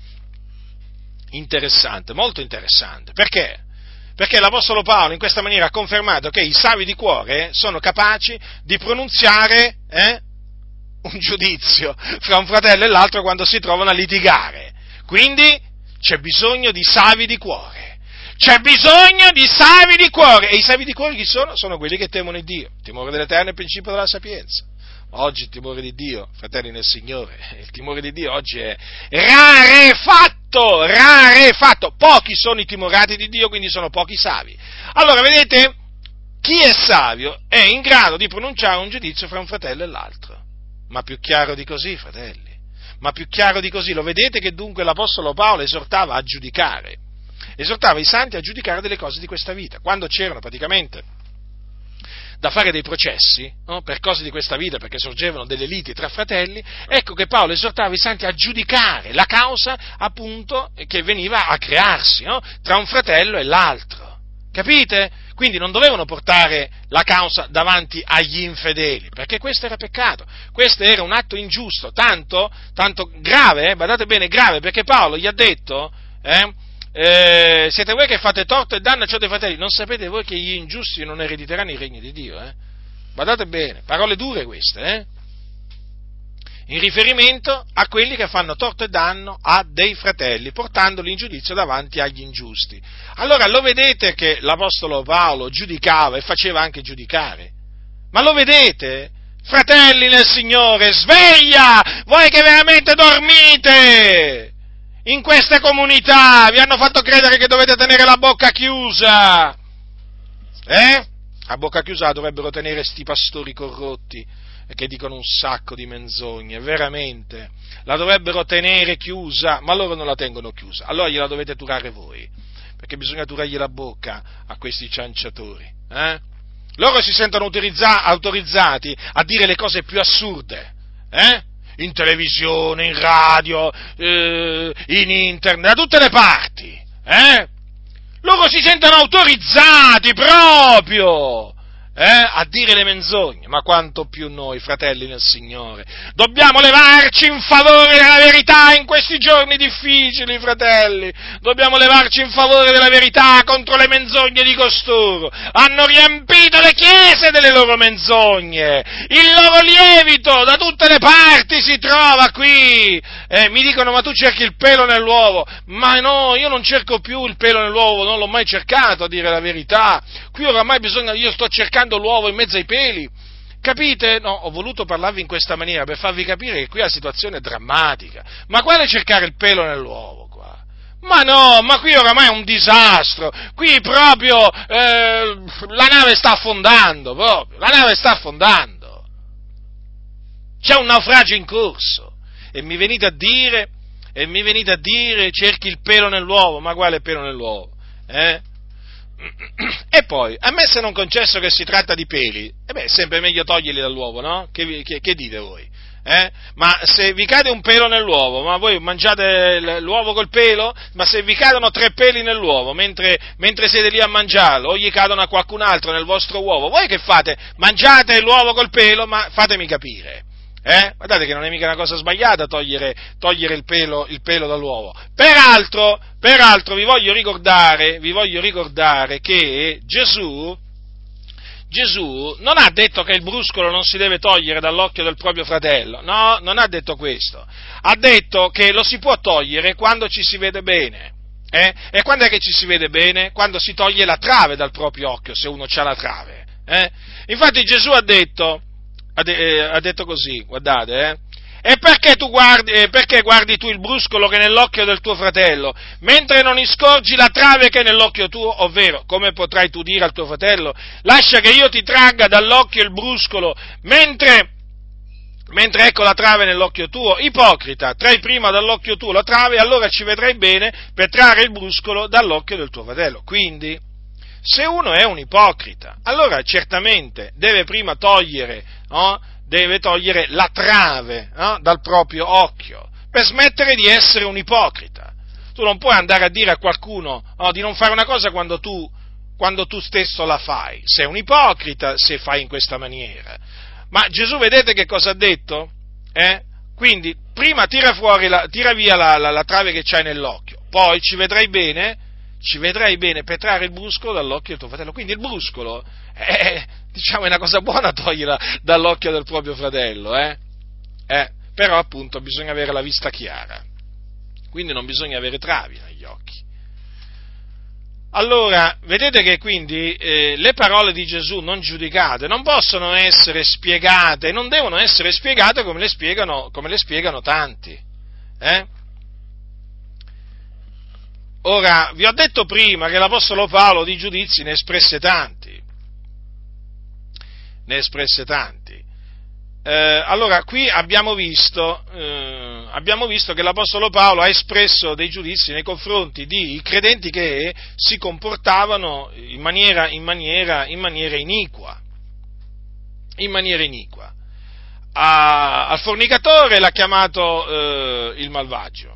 Interessante, molto interessante. Perché? Perché l'Apostolo Paolo in questa maniera ha confermato che i savi di cuore sono capaci di pronunziare eh, un giudizio fra un fratello e l'altro quando si trovano a litigare. Quindi c'è bisogno di savi di cuore. C'è bisogno di savi di cuore. E i savi di cuore chi sono? Sono quelli che temono il Dio. Il timore dell'Eterno è il principio della sapienza. Oggi il timore di Dio, fratelli nel Signore, il timore di Dio oggi è rarefatto, rarefatto. Pochi sono i timorati di Dio, quindi sono pochi savi. Allora, vedete, chi è savio è in grado di pronunciare un giudizio fra un fratello e l'altro. Ma più chiaro di così, fratelli? Ma più chiaro di così? Lo vedete che dunque l'Apostolo Paolo esortava a giudicare, esortava i santi a giudicare delle cose di questa vita, quando c'erano praticamente da fare dei processi, no, per cose di questa vita, perché sorgevano delle liti tra fratelli, ecco che Paolo esortava i santi a giudicare la causa, appunto, che veniva a crearsi, no, tra un fratello e l'altro. Capite? Quindi non dovevano portare la causa davanti agli infedeli, perché questo era peccato, questo era un atto ingiusto, tanto, tanto grave, eh, badate bene, grave, perché Paolo gli ha detto, eh, Eh, siete voi che fate torto e danno a ciò dei fratelli, non sapete voi che gli ingiusti non erediteranno il regno di Dio, eh? Guardate bene, parole dure queste, eh? In riferimento a quelli che fanno torto e danno a dei fratelli, portandoli in giudizio davanti agli ingiusti. Allora lo vedete che l'Apostolo Paolo giudicava e faceva anche giudicare? Ma lo vedete? Fratelli nel Signore, sveglia! Voi che veramente dormite! In queste comunità vi hanno fatto credere che dovete tenere la bocca chiusa, eh? A bocca chiusa la dovrebbero tenere sti pastori corrotti che dicono un sacco di menzogne, veramente, la dovrebbero tenere chiusa, ma loro non la tengono chiusa, allora gliela dovete turare voi, perché bisogna turargli la bocca a questi cianciatori, eh? Loro si sentono autorizza- autorizzati a dire le cose più assurde, eh? In televisione, in radio, eh, in internet, da tutte le parti, eh? Loro si sentono autorizzati proprio, eh, a dire le menzogne, ma quanto più noi, fratelli nel Signore, dobbiamo levarci in favore della verità in questi giorni difficili, fratelli, dobbiamo levarci in favore della verità contro le menzogne di costoro, hanno riempito le chiese delle loro menzogne, il loro lievito da tutte le parti si trova qui, eh, mi dicono ma tu cerchi il pelo nell'uovo, ma no, io non cerco più il pelo nell'uovo, non l'ho mai cercato a dire la verità, qui oramai bisogna, io sto cercando l'uovo in mezzo ai peli, capite? No, ho voluto parlarvi in questa maniera per farvi capire che qui la situazione è drammatica, ma quale cercare il pelo nell'uovo qua? Ma no, ma qui oramai è un disastro, qui proprio eh, la nave sta affondando, proprio, la nave sta affondando, c'è un naufragio in corso, e mi venite a dire, e mi venite a dire cerchi il pelo nell'uovo, ma quale pelo nell'uovo? Eh? E poi, ammesso e non concesso che si tratta di peli, e beh, è sempre meglio toglierli dall'uovo, no? Che, che, che dite voi? Eh? Ma se vi cade un pelo nell'uovo, ma voi mangiate l'uovo col pelo? Ma se vi cadono tre peli nell'uovo, mentre, mentre siete lì a mangiarlo, o gli cadono a qualcun altro nel vostro uovo, voi che fate? Mangiate l'uovo col pelo? Ma fatemi capire. Eh? Guardate che non è mica una cosa sbagliata togliere, togliere il pelo, il pelo dall'uovo. Peraltro, peraltro vi voglio ricordare, vi voglio ricordare che Gesù, Gesù non ha detto che il bruscolo non si deve togliere dall'occhio del proprio fratello, no, non ha detto questo. Ha detto che lo si può togliere quando ci si vede bene. Eh? E quando è che ci si vede bene? Quando si toglie la trave dal proprio occhio, se uno c'ha la trave. Eh? Infatti Gesù ha detto, Ha, de- eh, ha detto così, guardate, eh? E perché tu guardi, eh, perché guardi tu il bruscolo che è nell'occhio del tuo fratello, mentre non iscorgi la trave che è nell'occhio tuo? Ovvero, come potrai tu dire al tuo fratello, lascia che io ti tragga dall'occhio il bruscolo, mentre, mentre ecco la trave nell'occhio tuo? Ipocrita, trai prima dall'occhio tuo la trave e allora ci vedrai bene per trarre il bruscolo dall'occhio del tuo fratello. Quindi, se uno è un ipocrita, allora certamente deve prima togliere, no? deve togliere la trave, no? dal proprio occhio, per smettere di essere un ipocrita. tu non puoi andare a dire a qualcuno no, di non fare una cosa quando tu, quando tu stesso la fai. Sei un ipocrita se fai in questa maniera. Ma Gesù vedete che cosa ha detto? Eh? Quindi prima tira fuori, la, tira via la, la, la trave che c'hai nell'occhio, poi ci vedrai bene, ci vedrai bene per trarre il bruscolo dall'occhio del tuo fratello. Quindi il bruscolo è, diciamo, è una cosa buona toglierla dall'occhio del proprio fratello, eh? Eh? Però appunto bisogna avere la vista chiara, quindi non bisogna avere travi negli occhi. Allora, vedete che quindi eh, le parole di Gesù non giudicate non possono essere spiegate, non devono essere spiegate come le spiegano, come le spiegano tanti. Eh? Ora, vi ho detto prima che l'Apostolo Paolo di giudizi ne espresse tanti, ne espresse tanti. Eh, allora, qui abbiamo visto, eh, abbiamo visto che l'Apostolo Paolo ha espresso dei giudizi nei confronti di credenti che si comportavano in maniera, in maniera, in maniera iniqua, in maniera iniqua. A, al fornicatore l'ha chiamato eh, il malvagio,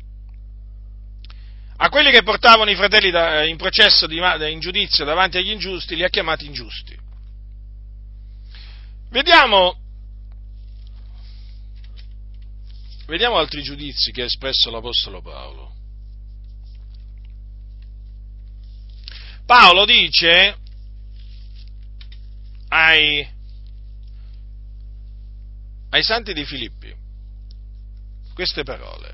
a quelli che portavano i fratelli da, in processo, di, in giudizio davanti agli ingiusti, li ha chiamati ingiusti. Vediamo Vediamo altri giudizi che ha espresso l'Apostolo Paolo. Paolo dice ai, ai santi di Filippi queste parole: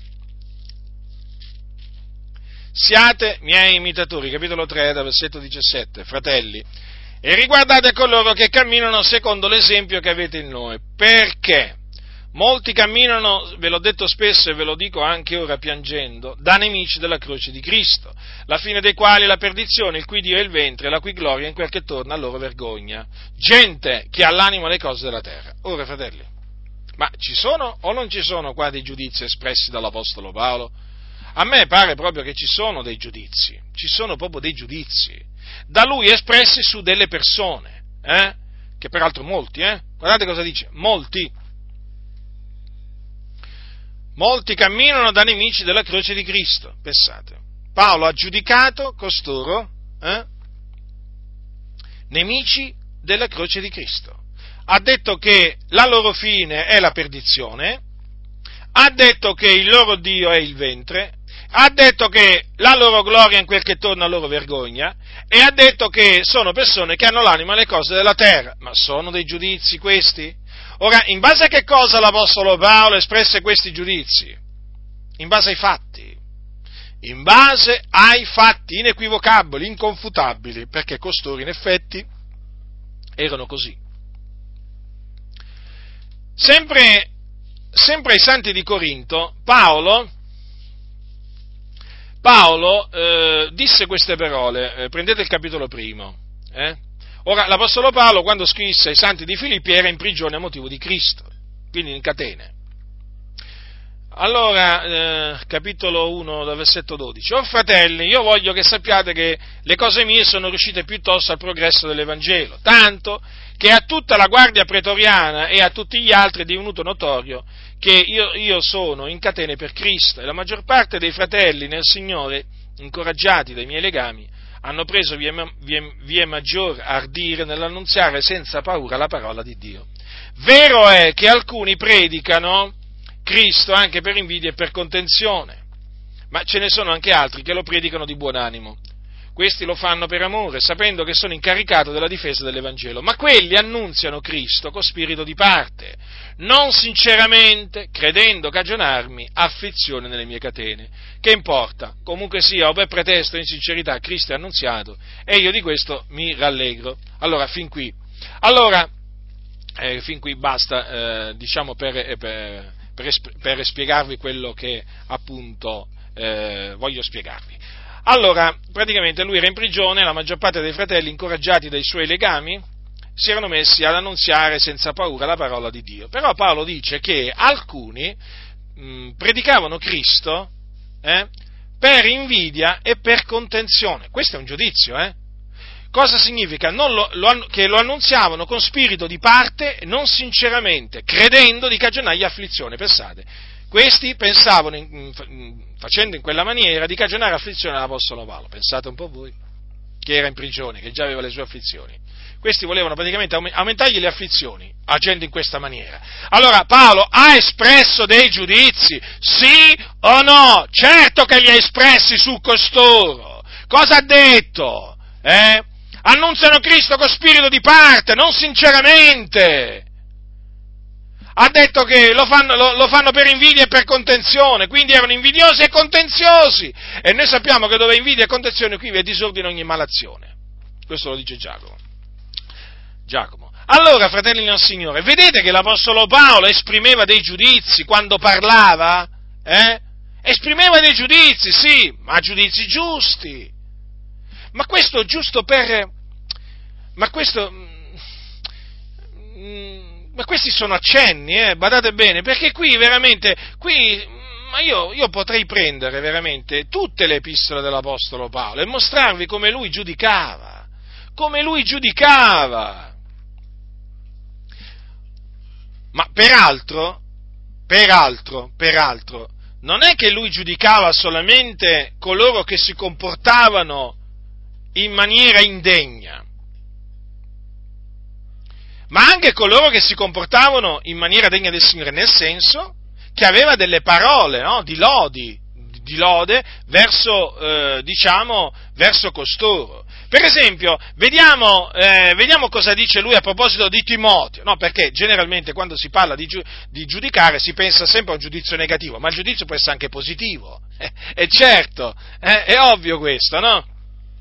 siate miei imitatori, capitolo tre, versetto diciassette, fratelli, e riguardate coloro che camminano secondo l'esempio che avete in noi, perché molti camminano, ve l'ho detto spesso e ve lo dico anche ora piangendo, da nemici della croce di Cristo, la fine dei quali è la perdizione, il cui Dio è il ventre, la cui gloria in quel che torna a loro vergogna. Gente che ha l'animo alle cose della terra. Ora, fratelli, ma ci sono o non ci sono qua dei giudizi espressi dall'Apostolo Paolo? A me pare proprio che ci sono dei giudizi, ci sono proprio dei giudizi, da lui espressi su delle persone, eh? Che peraltro molti, eh? Guardate cosa dice, molti. Molti camminano da nemici della croce di Cristo, pensate. Paolo ha giudicato costoro eh, nemici della croce di Cristo. Ha detto che la loro fine è la perdizione, ha detto che il loro Dio è il ventre, ha detto che la loro gloria in quel che torna a loro vergogna, e ha detto che sono persone che hanno l'anima alle cose della terra. Ma sono dei giudizi questi? Ora, in base a che cosa l'Apostolo Paolo espresse questi giudizi? In base ai fatti. In base ai fatti inequivocabili, inconfutabili, perché costoro in effetti erano così. Sempre, sempre ai santi di Corinto, Paolo, Paolo eh, disse queste parole, eh, prendete il capitolo primo, eh? Ora, l'Apostolo Paolo, quando scrisse ai santi di Filippi, era in prigione a motivo di Cristo, quindi in catene. Allora, eh, capitolo uno, dal versetto dodici. O fratelli, io voglio che sappiate che le cose mie sono riuscite piuttosto al progresso dell'Evangelo, tanto che a tutta la guardia pretoriana e a tutti gli altri è divenuto notorio che io, io sono in catene per Cristo, e la maggior parte dei fratelli nel Signore, incoraggiati dai miei legami, hanno preso vie, vie, vie maggior ardire nell'annunziare senza paura la parola di Dio. Vero è che alcuni predicano Cristo anche per invidia e per contenzione, ma ce ne sono anche altri che lo predicano di buon animo. Questi lo fanno per amore, sapendo che sono incaricato della difesa dell'Evangelo, ma quelli annunziano Cristo con spirito di parte, non sinceramente, credendo cagionarmi afflizione nelle mie catene. Che importa? Comunque sia, o per pretesto o in sincerità, Cristo è annunziato, e io di questo mi rallegro. Allora, fin qui. Allora, eh, fin qui basta, eh, diciamo, per, eh, per, per, per spiegarvi quello che, appunto, eh, voglio spiegarvi. Allora, praticamente lui era in prigione, la maggior parte dei fratelli, incoraggiati dai suoi legami, si erano messi ad annunziare senza paura la parola di Dio. Però Paolo dice che alcuni mh, predicavano Cristo eh, per invidia e per contenzione. Questo è un giudizio, eh? Cosa significa? Non lo, lo, che lo annunziavano con spirito di parte, non sinceramente, credendo di cagionargli afflizione. Pensate, Questi pensavano, in, in, facendo in quella maniera, di cagionare afflizione all'Apostolo Paolo. Pensate un po' voi, che era in prigione, che già aveva le sue afflizioni. Questi volevano praticamente aumentargli le afflizioni, agendo in questa maniera. Allora Paolo ha espresso dei giudizi, sì o no? Certo che li ha espressi su costoro. Cosa ha detto? Eh? Annunziano Cristo con spirito di parte, non sinceramente. Ha detto che lo fanno, lo, lo fanno per invidia e per contenzione, quindi erano invidiosi e contenziosi. E noi sappiamo che dove è invidia e contenzione qui vi è disordine ogni malazione. Questo lo dice Giacomo. Giacomo. Allora, fratelli nel Signore, vedete che l'Apostolo Paolo esprimeva dei giudizi quando parlava? Eh? Esprimeva dei giudizi, sì, ma giudizi giusti. Ma questo giusto per... Ma questo... Ma questi sono accenni, eh, badate bene, perché qui veramente, qui, ma io, io potrei prendere veramente tutte le epistole dell'Apostolo Paolo e mostrarvi come lui giudicava, come lui giudicava. Ma peraltro, peraltro, peraltro, non è che lui giudicava solamente coloro che si comportavano in maniera indegna, ma anche coloro che si comportavano in maniera degna del Signore, nel senso che aveva delle parole, no, di lodi, di lode verso, eh, diciamo, verso costoro. Per esempio, vediamo, eh, vediamo cosa dice lui a proposito di Timoteo, no, perché generalmente quando si parla di, giu- di giudicare si pensa sempre a un giudizio negativo, ma il giudizio può essere anche positivo, eh, è certo, eh, è ovvio questo, no?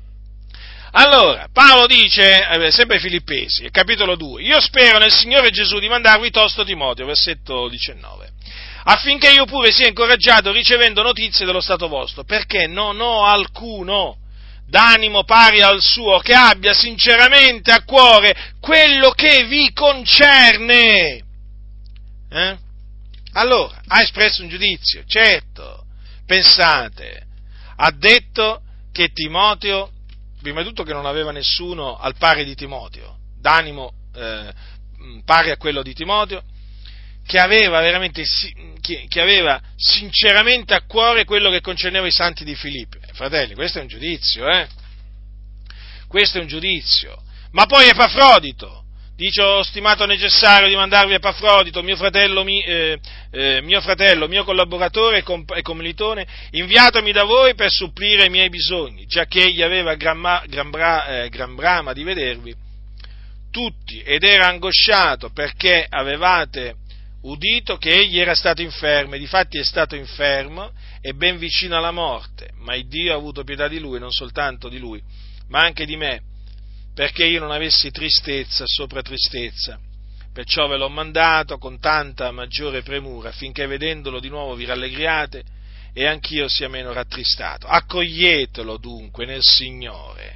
Allora, Paolo dice, eh, sempre ai Filippesi, capitolo due, io spero nel Signore Gesù di mandarvi tosto Timoteo, versetto diciannove, affinché io pure sia incoraggiato ricevendo notizie dello stato vostro, perché non ho alcuno d'animo pari al suo che abbia sinceramente a cuore quello che vi concerne. Eh? Allora, ha espresso un giudizio, certo, pensate, ha detto che Timoteo, prima di tutto che non aveva nessuno al pari di Timoteo, d'animo eh, pari a quello di Timoteo, che aveva veramente, che, che aveva sinceramente a cuore quello che concerneva i santi di Filippi. Eh, fratelli, questo è un giudizio, eh? Questo è un giudizio. Ma poi Epafrodito, dice, ho stimato necessario di mandarvi Epafrodito, mio fratello, mi, eh, eh, mio fratello, mio collaboratore e, comp- e commilitone, inviatomi da voi per supplire ai miei bisogni, giacché egli aveva gran, ma- gran, bra- eh, gran brama di vedervi tutti, ed era angosciato perché avevate udito che egli era stato infermo, e difatti è stato infermo e ben vicino alla morte, ma il Dio ha avuto pietà di lui, non soltanto di lui, ma anche di me, perché io non avessi tristezza sopra tristezza. Perciò ve l'ho mandato con tanta maggiore premura, affinché vedendolo di nuovo vi rallegriate e anch'io sia meno rattristato. Accoglietelo dunque nel Signore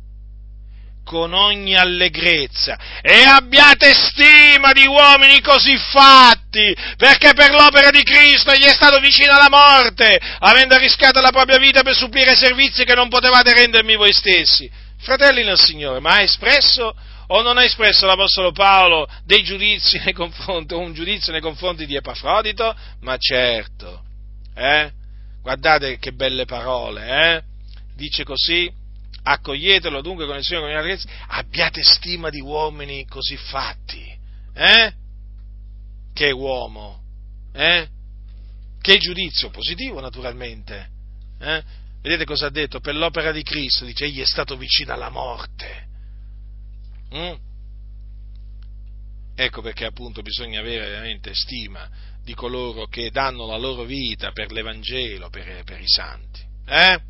con ogni allegrezza e abbiate stima di uomini così fatti, perché per l'opera di Cristo egli è stato vicino alla morte, avendo arriscato la propria vita per supplire ai servizi che non potevate rendermi voi stessi. Fratelli nel Signore, ma ha espresso o non ha espresso l'Apostolo Paolo dei giudizi nei confronti, un giudizio nei confronti di Epafrodito? Ma certo, eh? Guardate che belle parole, eh? Dice così: accoglietelo dunque con il Signore con allegrezza, abbiate stima di uomini così fatti, eh? Che uomo, eh? Che giudizio positivo, naturalmente, eh? Vedete cosa ha detto? Per l'opera di Cristo, dice, egli è stato vicino alla morte. Mm? Ecco perché appunto bisogna avere veramente stima di coloro che danno la loro vita per l'Evangelo, per, per i santi, eh?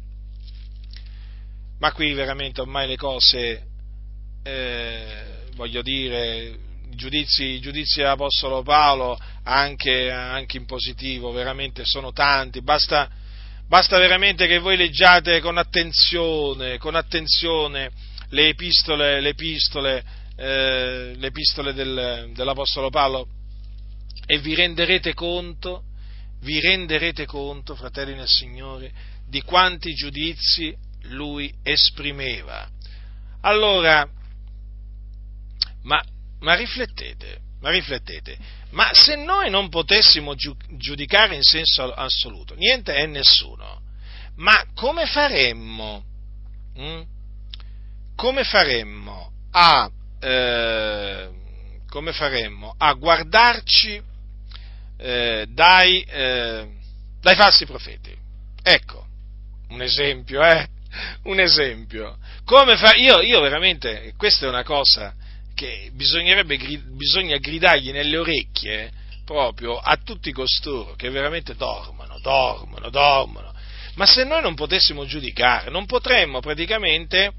Ma qui veramente ormai le cose, eh, voglio dire, i giudizi, i giudizi dell'Apostolo Paolo, anche, anche in positivo, veramente sono tanti, basta, basta veramente che voi leggiate con attenzione, con attenzione le epistole, le epistole, eh, le epistole del, dell'Apostolo Paolo e vi renderete conto, vi renderete conto, fratelli nel Signore, di quanti giudizi lui esprimeva. Allora, ma, ma riflettete, ma riflettete, ma se noi non potessimo giudicare in senso assoluto, niente e nessuno, ma come faremmo? Hm? Come faremmo a eh, come faremmo a guardarci eh, dai, eh, dai falsi profeti? Ecco, un esempio, eh? Un esempio. Come fa, io, io veramente, questa è una cosa che bisognerebbe, bisogna gridargli nelle orecchie proprio a tutti costoro che veramente dormono, dormono, dormono. Ma se noi non potessimo giudicare, non potremmo praticamente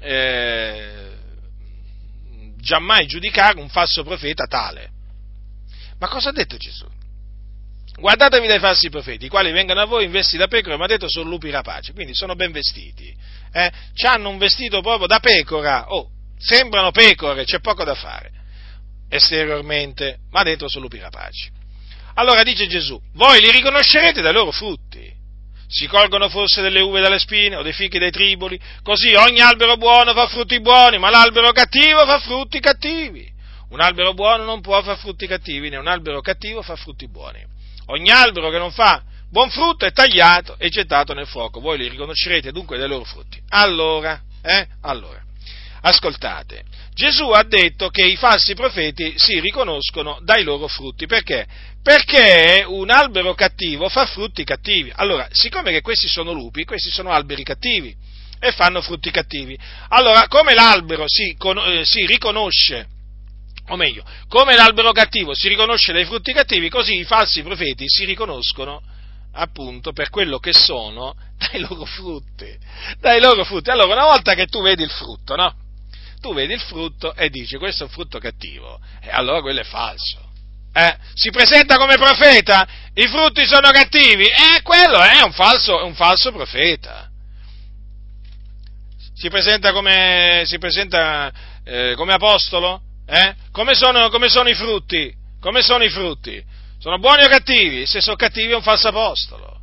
eh, giammai giudicare un falso profeta tale. Ma cosa ha detto Gesù? Guardatevi dai falsi profeti, i quali vengono a voi investiti da pecore, ma detto sono lupi rapaci, quindi sono ben vestiti, eh? C'hanno un vestito proprio da pecora, oh, sembrano pecore, c'è poco da fare, esteriormente, ma dentro sono lupi rapaci. Allora dice Gesù, voi li riconoscerete dai loro frutti. Si colgono forse delle uve dalle spine o dei fichi dai triboli, così ogni albero buono fa frutti buoni, ma l'albero cattivo fa frutti cattivi. Un albero buono non può far frutti cattivi, né un albero cattivo fa frutti buoni. Ogni albero che non fa buon frutto è tagliato e gettato nel fuoco. Voi li riconoscerete dunque dai loro frutti. Allora, eh? Allora, ascoltate. Gesù ha detto che i falsi profeti si riconoscono dai loro frutti. Perché? Perché un albero cattivo fa frutti cattivi. Allora, siccome che questi sono lupi, questi sono alberi cattivi e fanno frutti cattivi. Allora, come l'albero si, eh, si riconosce, o meglio, come l'albero cattivo si riconosce dai frutti cattivi, così i falsi profeti si riconoscono appunto per quello che sono dai loro frutti. Dai loro frutti. Allora, una volta che tu vedi il frutto, no? Tu vedi il frutto e dici questo è un frutto cattivo, e allora quello è falso. Eh? Si presenta come profeta, i frutti sono cattivi, e eh, quello è un falso, un falso profeta. Si presenta come, si presenta, eh, come apostolo? Eh? Come sono, come sono i frutti? Come sono i frutti? Sono buoni o cattivi? Se sono cattivi è un falso apostolo.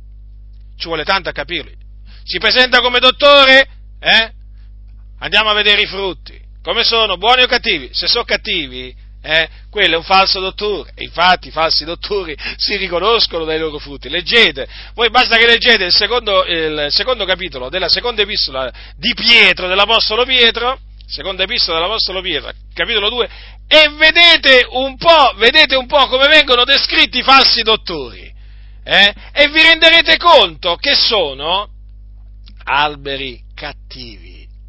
Ci vuole tanto a capirli. Si presenta come dottore? Eh? Andiamo a vedere i frutti. Come sono? Buoni o cattivi? Se sono cattivi, eh, quello è un falso dottore. E infatti i falsi dottori si riconoscono dai loro frutti. Leggete, voi basta che leggete il secondo, il secondo capitolo della seconda epistola di Pietro, dell'Apostolo Pietro, seconda epistola dell'Apostolo Pietro, capitolo due, e vedete un po', vedete un po' come vengono descritti i falsi dottori, eh? E vi renderete conto che sono alberi cattivi.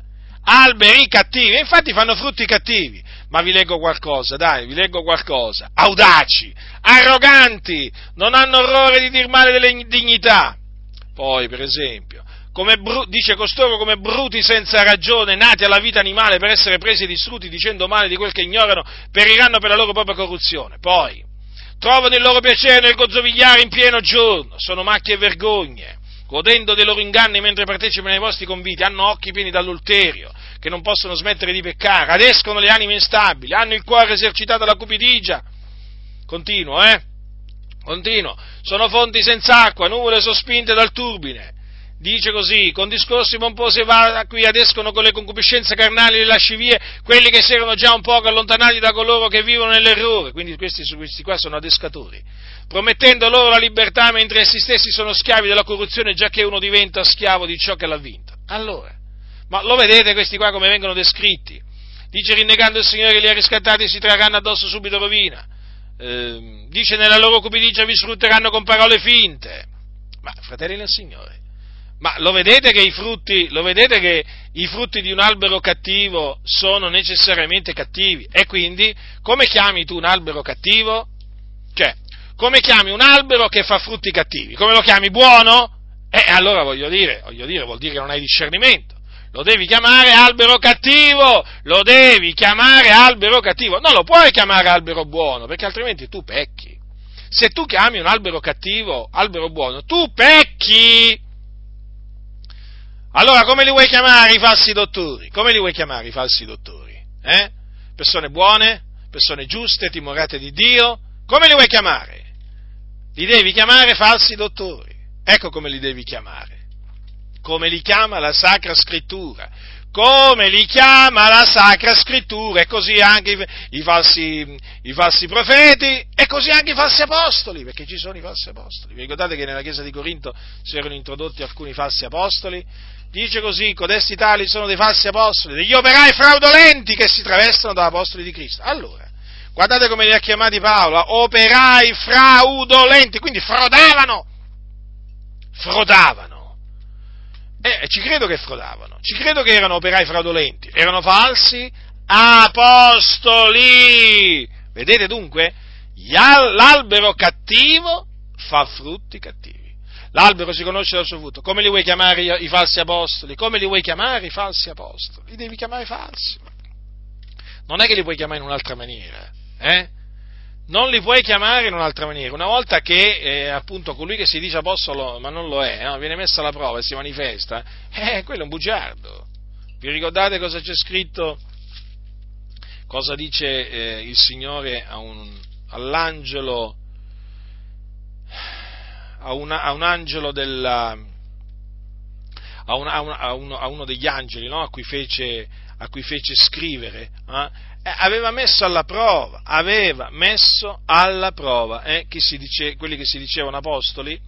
Alberi cattivi, e infatti fanno frutti cattivi. Ma vi leggo qualcosa, dai, vi leggo qualcosa. Audaci, arroganti, non hanno orrore di dir male delle dignità. Poi, per esempio, come bru- dice costoro come bruti senza ragione, nati alla vita animale per essere presi e distrutti dicendo male di quel che ignorano, periranno per la loro propria corruzione. Poi, trovano il loro piacere nel gozzovigliare in pieno giorno, sono macchie e vergogne, godendo dei loro inganni mentre partecipano ai vostri conviti, hanno occhi pieni d'adulterio, che non possono smettere di peccare, adescono le anime instabili, hanno il cuore esercitato alla cupidigia. Continuo, eh? Continuo. Sono fonti senza acqua, nuvole sospinte dal turbine. Dice così, con discorsi pomposi e vacui adescono con le concupiscenze carnali e le lascivie quelli che si erano già un poco allontanati da coloro che vivono nell'errore, quindi questi, questi qua sono adescatori, promettendo loro la libertà mentre essi stessi sono schiavi della corruzione, già che uno diventa schiavo di ciò che l'ha vinto. Allora, ma lo vedete questi qua come vengono descritti? Dice, rinnegando il Signore che li ha riscattati si trarranno addosso subito rovina. Eh, dice, nella loro cupidigia vi sfrutteranno con parole finte. Ma, fratelli del Signore, ma lo vedete che i frutti, lo vedete che i frutti di un albero cattivo sono necessariamente cattivi? E quindi, come chiami tu un albero cattivo? Cioè, come chiami un albero che fa frutti cattivi? Come lo chiami? Buono? E eh, allora voglio dire, voglio dire, vuol dire che non hai discernimento. Lo devi chiamare albero cattivo, lo devi chiamare albero cattivo, non lo puoi chiamare albero buono, perché altrimenti tu pecchi. Se tu chiami un albero cattivo albero buono, tu pecchi. Allora come li vuoi chiamare i falsi dottori? Come li vuoi chiamare i falsi dottori? Eh? Persone buone, persone giuste, timorate di Dio? Come li vuoi chiamare? Li devi chiamare falsi dottori. Ecco come li devi chiamare. Come li chiama la Sacra Scrittura, come li chiama la Sacra Scrittura, e così anche i, i, falsi, i falsi profeti, e così anche i falsi apostoli, perché ci sono i falsi apostoli. Vi ricordate che nella chiesa di Corinto si erano introdotti alcuni falsi apostoli? Dice così: codesti tali sono dei falsi apostoli, degli operai fraudolenti che si travestono da apostoli di Cristo. Allora, guardate come li ha chiamati Paolo: operai fraudolenti, quindi frodavano, frodavano. E ci credo che frodavano, ci credo che erano operai fraudolenti, erano falsi apostoli. Vedete dunque? L'albero cattivo fa frutti cattivi. L'albero si conosce dal suo frutto. Come li vuoi chiamare i falsi apostoli? Come li vuoi chiamare i falsi apostoli? Li devi chiamare falsi. Non è che li puoi chiamare in un'altra maniera, eh? Non li puoi chiamare in un'altra maniera. Una volta che eh, appunto colui che si dice apostolo ma non lo è, no? Viene messo alla prova e si manifesta, eh, quello è un bugiardo. Vi ricordate cosa c'è scritto? Cosa dice eh, il Signore a un, all'angelo, a, una, a un angelo della, a, una, a, una, a, uno, a uno degli angeli, no? a cui fece, a cui fece scrivere, eh? aveva messo alla prova, aveva messo alla prova, eh, chi si dice, quelli che si dicevano apostoli,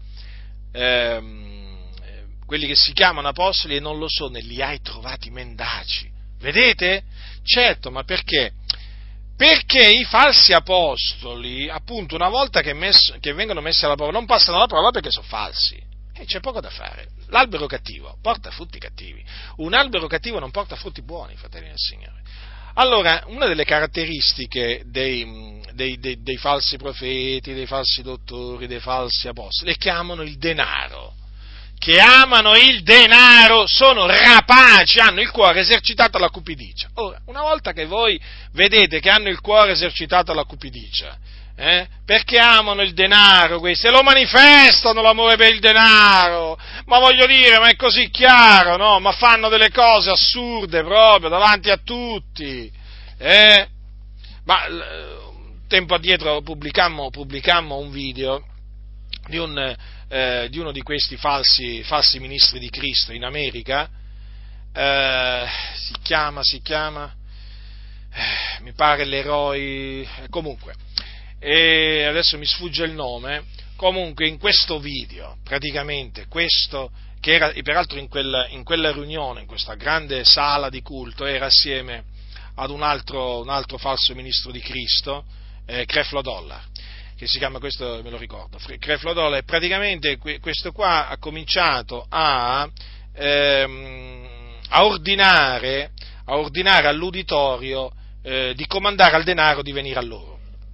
ehm, quelli che si chiamano apostoli e non lo sono, e li hai trovati mendaci. Vedete? Certo, ma perché? Perché i falsi apostoli, appunto, una volta che, messo, che vengono messi alla prova, non passano alla prova perché sono falsi. E c'è poco da fare. L'albero cattivo porta frutti cattivi. Un albero cattivo non porta frutti buoni, fratelli del Signore. Allora, una delle caratteristiche dei, dei, dei, dei falsi profeti, dei falsi dottori, dei falsi apostoli, è che amano il denaro, che amano il denaro, sono rapaci, hanno il cuore esercitato alla cupidigia. Ora, una volta che voi vedete che hanno il cuore esercitato alla cupidigia, eh, perché amano il denaro questi, e lo manifestano l'amore per il denaro, ma voglio dire, ma è così chiaro, no? Ma fanno delle cose assurde proprio davanti a tutti, eh? Ma tempo addietro pubblicammo, pubblicammo un video di, un, eh, di uno di questi falsi, falsi ministri di Cristo in America, eh, si chiama, si chiama, eh, mi pare l'eroe, comunque, e adesso mi sfugge il nome. Comunque in questo video, praticamente questo, che era peraltro in quella, in quella riunione, in questa grande sala di culto, era assieme ad un altro, un altro falso ministro di Cristo, eh, Creflo Dollar, che si chiama, questo me lo ricordo, Creflo Dollar, e praticamente questo qua ha cominciato a, ehm, a ordinare, a ordinare all'uditorio eh, di comandare al denaro di venire a loro.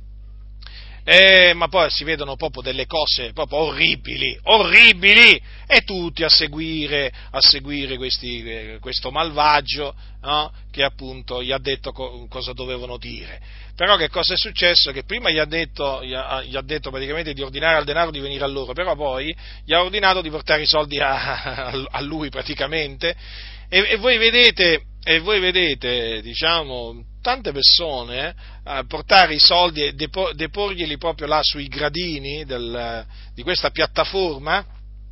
Eh, ma poi si vedono proprio delle cose proprio orribili, orribili, e tutti a seguire, a seguire questi, eh, questo malvagio, no? Che appunto gli ha detto co- cosa dovevano dire. Però che cosa è successo? Che prima gli ha detto, gli ha, gli ha detto praticamente di ordinare al denaro di venire a loro, però poi gli ha ordinato di portare i soldi a, a lui praticamente, e, e voi vedete, e voi vedete, diciamo, tante persone eh, portare i soldi e depo, deporglieli proprio là sui gradini del, di questa piattaforma,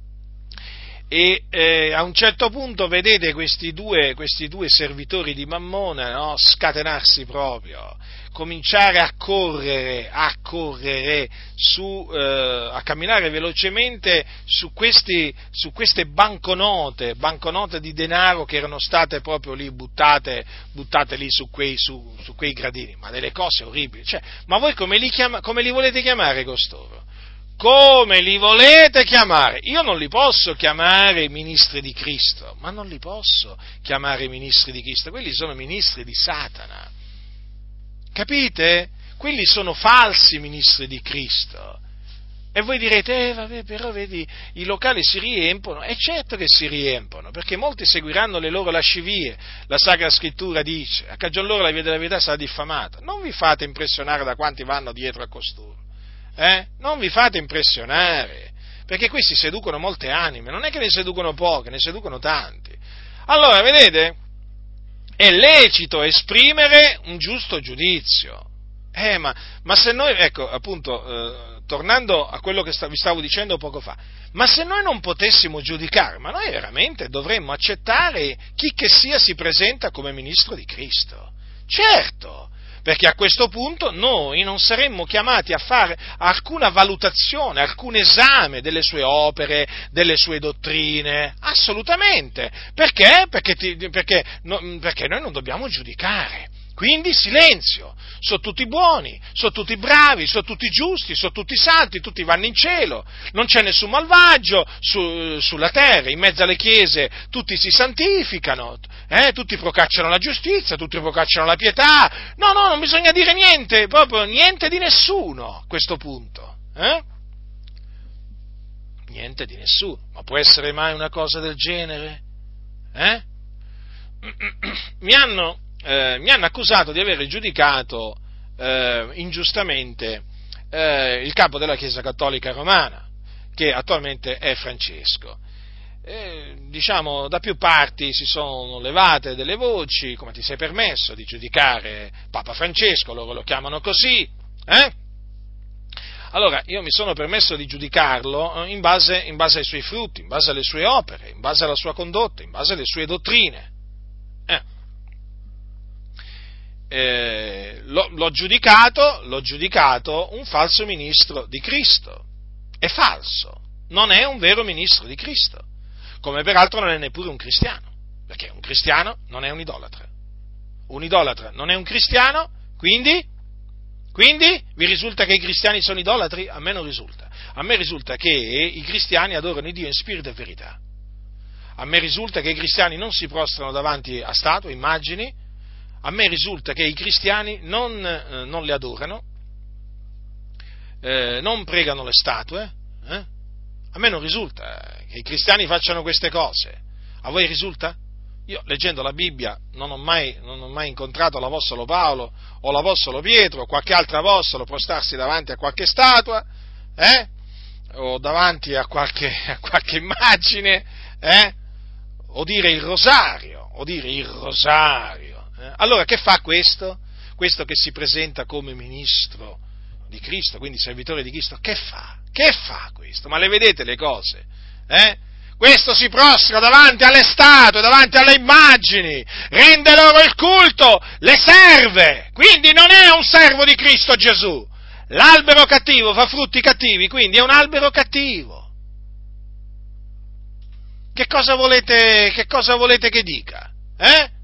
e eh, a un certo punto vedete questi due, questi due servitori di Mammona, no, scatenarsi proprio, cominciare a correre, a correre su, eh, a camminare velocemente su, questi, su queste banconote, banconote di denaro che erano state proprio lì buttate, buttate lì su quei, su, su quei gradini, ma delle cose orribili. Cioè, ma voi come li, chiama, come li volete chiamare costoro? Come li volete chiamare? Io non li posso chiamare ministri di Cristo, ma non li posso chiamare ministri di Cristo, quelli sono ministri di Satana. Capite? Quelli sono falsi ministri di Cristo. E voi direte, eh vabbè, però vedi, i locali si riempono. E certo che si riempono, perché molti seguiranno le loro lascivie. La Sacra Scrittura dice, a cagion loro la via della verità sarà diffamata. Non vi fate impressionare da quanti vanno dietro a costoro. Eh? Non vi fate impressionare, perché questi seducono molte anime, non è che ne seducono poche, ne seducono tanti. Allora, vedete, è lecito esprimere un giusto giudizio, eh, ma, ma se noi, ecco, appunto, eh, tornando a quello che sta, vi stavo dicendo poco fa, ma se noi non potessimo giudicare, ma noi veramente dovremmo accettare chi che sia si presenta come ministro di Cristo. Certo, perché a questo punto noi non saremmo chiamati a fare alcuna valutazione, alcun esame delle sue opere, delle sue dottrine, assolutamente. Perché? Perché, ti, perché, no, perché noi non dobbiamo giudicare. Quindi silenzio, sono tutti buoni, sono tutti bravi, sono tutti giusti, sono tutti santi, tutti vanno in cielo, non c'è nessun malvagio su, sulla terra, in mezzo alle chiese tutti si santificano, eh, tutti procacciano la giustizia, tutti procacciano la pietà, no, no, non bisogna dire niente, proprio niente di nessuno a questo punto, eh? Niente di nessuno, ma può essere mai una cosa del genere? Eh? Mi hanno... Eh, mi hanno accusato di aver giudicato eh, ingiustamente eh, il capo della Chiesa Cattolica Romana, che attualmente è Francesco. Eh, diciamo, da più parti si sono levate delle voci: come ti sei permesso di giudicare Papa Francesco, loro lo chiamano così, eh? Allora, io mi sono permesso di giudicarlo in base, in base ai suoi frutti, in base alle sue opere, in base alla sua condotta, in base alle sue dottrine. Eh. Eh, l'ho, l'ho giudicato, l'ho giudicato un falso ministro di Cristo. È falso, non è un vero ministro di Cristo, come peraltro non è neppure un cristiano, perché un cristiano non è un idolatra. Un idolatra non è un cristiano, quindi, quindi vi risulta che i cristiani sono idolatri? A me non risulta. A me risulta che i cristiani adorano Dio in spirito e verità. A me risulta che i cristiani non si prostrano davanti a statue, immagini. A me risulta che i cristiani non, eh, non le adorano, eh, non pregano le statue, eh? A me non risulta che i cristiani facciano queste cose. A voi risulta? Io, leggendo la Bibbia, non ho mai, non ho mai incontrato l'Apostolo Paolo o l'Apostolo Pietro o qualche altro apostolo prostarsi davanti a qualche statua, eh? O davanti a qualche, a qualche immagine, eh? O dire il rosario, o dire il rosario. Allora che fa questo? Questo che si presenta come ministro di Cristo, quindi servitore di Cristo, che fa? Che fa questo? Ma le vedete le cose? Eh? Questo si prostra davanti alle statue, davanti alle immagini, rende loro il culto, le serve, quindi non è un servo di Cristo Gesù. L'albero cattivo fa frutti cattivi, quindi è un albero cattivo. Che cosa volete, che cosa volete che dica? Eh?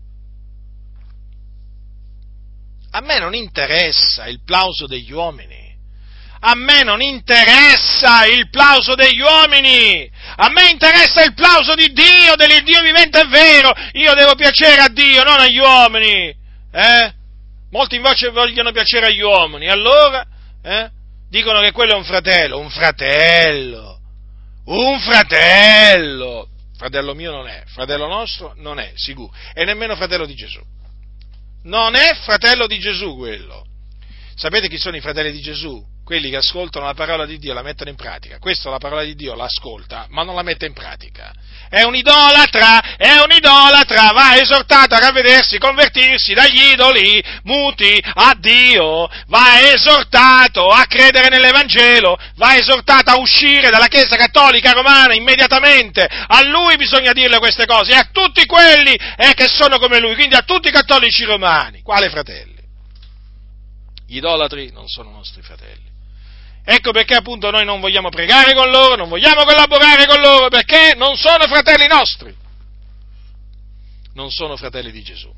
A me non interessa il plauso degli uomini, a me non interessa il plauso degli uomini, a me interessa il plauso di Dio, dell'Iddio vivente e vero. Io devo piacere a Dio, non agli uomini, eh? Molti invece vogliono piacere agli uomini, allora eh? dicono che quello è un fratello, un fratello, un fratello, fratello mio non è, fratello nostro non è, sicuro, e nemmeno fratello di Gesù. Non è fratello di Gesù quello. Sapete chi sono i fratelli di Gesù? Quelli che ascoltano la parola di Dio e la mettono in pratica. Questo la parola di Dio l'ascolta, ma non la mette in pratica. È un idolatra, è un idolatra, va esortato a ravvedersi, convertirsi dagli idoli muti a Dio, va esortato a credere nell'Evangelo, va esortato a uscire dalla Chiesa Cattolica Romana immediatamente. A lui bisogna dirle queste cose, e a tutti quelli eh, che sono come lui, quindi a tutti i cattolici romani. Quale fratelli? Gli idolatri non sono nostri fratelli. Ecco perché appunto noi non vogliamo pregare con loro, non vogliamo collaborare con loro, perché non sono fratelli nostri, non sono fratelli di Gesù.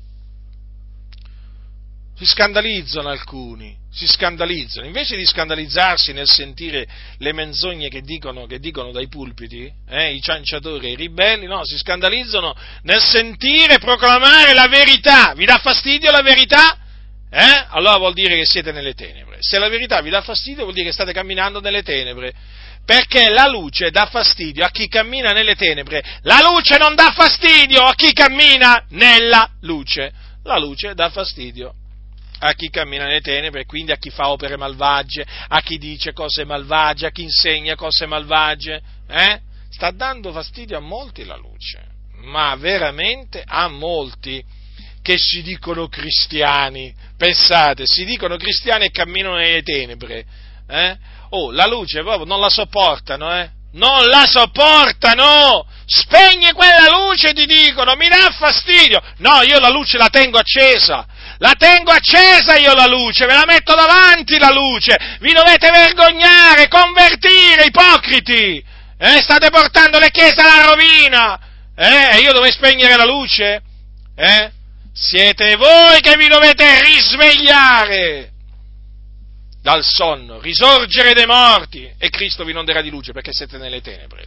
Si scandalizzano alcuni, si scandalizzano, invece di scandalizzarsi nel sentire le menzogne che dicono, che dicono dai pulpiti, eh, i cianciatori e i ribelli, no, si scandalizzano nel sentire proclamare la verità. Vi dà fastidio la verità? Eh? Allora vuol dire che siete nelle tenebre. Se la verità vi dà fastidio vuol dire che state camminando nelle tenebre, perché la luce dà fastidio a chi cammina nelle tenebre. La luce non dà fastidio a chi cammina nella luce. La luce dà fastidio a chi cammina nelle tenebre, quindi a chi fa opere malvagie, a chi dice cose malvagie, a chi insegna cose malvagie. Eh? Sta dando fastidio a molti la luce, ma veramente a molti, che si dicono cristiani. Pensate, si dicono cristiani e camminano nelle tenebre, Eh? Oh, la luce proprio non la sopportano, eh? Non la sopportano! Spegni quella luce, ti dicono, mi dà fastidio! No, io la luce la tengo accesa! La tengo accesa io la luce, ve la metto davanti la luce! Vi dovete vergognare, convertire, ipocriti! Eh? State portando le chiese alla rovina! Eh? E io dovrei spegnere la luce? Eh? Siete voi che vi dovete risvegliare dal sonno, risorgere dai morti, e Cristo vi inonderà di luce perché siete nelle tenebre.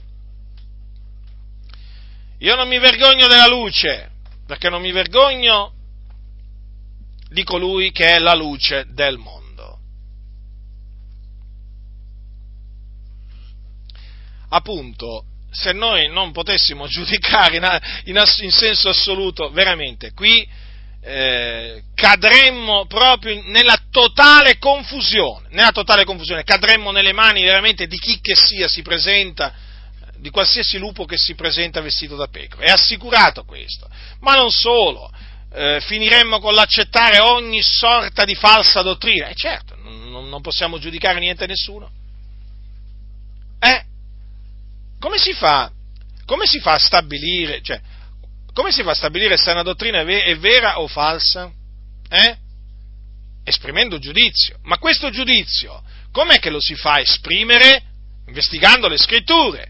Io non mi vergogno della luce, perché non mi vergogno di colui che è la luce del mondo. Appunto, se noi non potessimo giudicare in, in, in senso assoluto, veramente, qui eh, cadremmo proprio nella totale confusione, nella totale confusione, cadremmo nelle mani veramente di chi che sia si presenta, di qualsiasi lupo che si presenta vestito da pecora. È assicurato questo, ma non solo, eh, finiremmo con l'accettare ogni sorta di falsa dottrina, e certo, non, non possiamo giudicare niente a nessuno. Eh? Come si fa? Come si fa a stabilire, cioè, come si fa a stabilire se una dottrina è vera o falsa? Eh? Esprimendo giudizio. Ma questo giudizio, com'è che lo si fa esprimere? Investigando le scritture.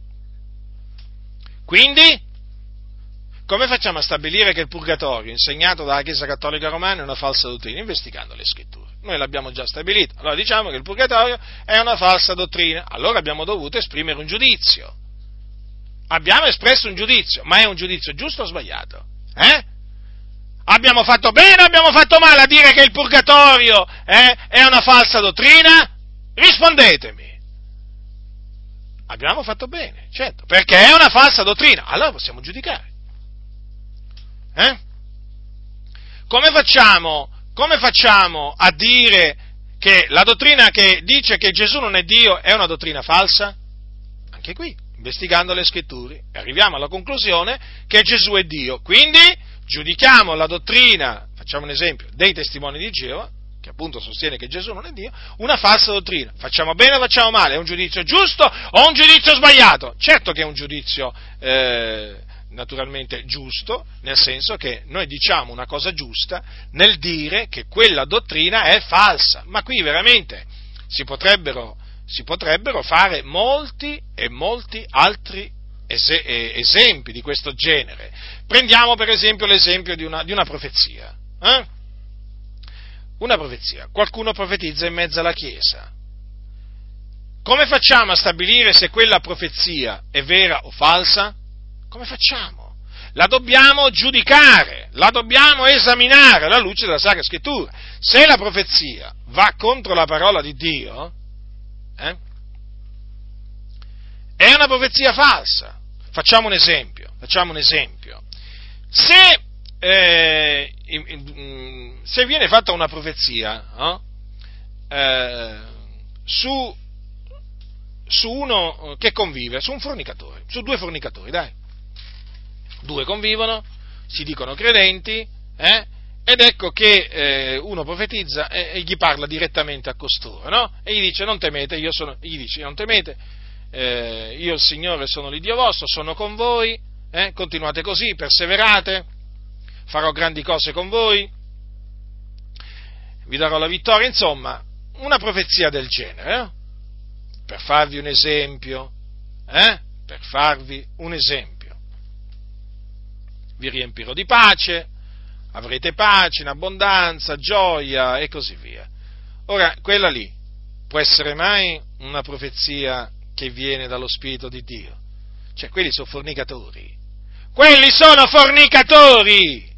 Quindi, come facciamo a stabilire che il purgatorio, insegnato dalla Chiesa Cattolica Romana, è una falsa dottrina? Investigando le scritture. Noi l'abbiamo già stabilito. Allora diciamo che il purgatorio è una falsa dottrina. Allora abbiamo dovuto esprimere un giudizio. Abbiamo espresso un giudizio, ma è un giudizio giusto o sbagliato? Eh? Abbiamo fatto bene o abbiamo fatto male a dire che il purgatorio eh, è una falsa dottrina? Rispondetemi. Abbiamo fatto bene, certo, perché è una falsa dottrina, allora possiamo giudicare. Eh? Come facciamo, come facciamo a dire che la dottrina che dice che Gesù non è Dio è una dottrina falsa? Anche qui, investigando le scritture, arriviamo alla conclusione che Gesù è Dio. Quindi giudichiamo la dottrina, facciamo un esempio, dei testimoni di Geova, che appunto sostiene che Gesù non è Dio, una falsa dottrina. Facciamo bene o facciamo male? È un giudizio giusto o un giudizio sbagliato? Certo che è un giudizio eh, naturalmente giusto, nel senso che noi diciamo una cosa giusta nel dire che quella dottrina è falsa, ma qui veramente si potrebbero, si potrebbero fare molti e molti altri es- esempi di questo genere. Prendiamo per esempio l'esempio di una, di una profezia, eh? Una profezia, qualcuno profetizza in mezzo alla Chiesa. Come facciamo a stabilire se quella profezia è vera o falsa? Come facciamo? La dobbiamo giudicare, la dobbiamo esaminare alla luce della Sacra Scrittura. Se la profezia va contro la parola di Dio, eh, è una profezia falsa. Facciamo un esempio, facciamo un esempio. Se Eh, se viene fatta una profezia no? eh, su, su uno che convive, su un fornicatore, su due fornicatori, dai, due convivono, si dicono credenti, eh? Ed ecco che eh, uno profetizza e, e gli parla direttamente a costoro, no? E gli dice non temete, io sono, gli dice non temete, eh, io il Signore sono l'Iddio vostro, sono con voi, eh? Continuate così, perseverate, farò grandi cose con voi, vi darò la vittoria, insomma, una profezia del genere, eh? Per farvi un esempio, eh? Per farvi un esempio. Vi riempirò di pace, avrete pace in abbondanza, gioia e così via. Ora, quella lì può essere mai una profezia che viene dallo Spirito di Dio? Cioè, quelli sono fornicatori. Quelli sono fornicatori!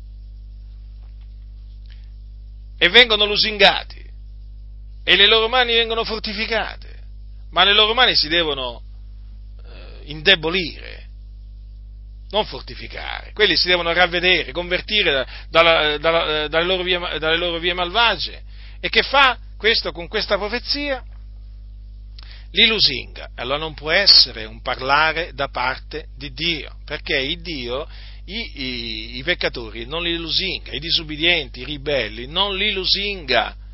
E vengono lusingati, e le loro mani vengono fortificate, ma le loro mani si devono eh, indebolire, non fortificare. Quelli si devono ravvedere, convertire da, dalla, dalla, dalle, loro vie, dalle loro vie malvagie. E che fa questo con questa profezia? Li lusinga. Allora non può essere un parlare da parte di Dio, perché il Dio I, i, i peccatori non li lusinga, i disubbidienti, i ribelli, non li lusinga,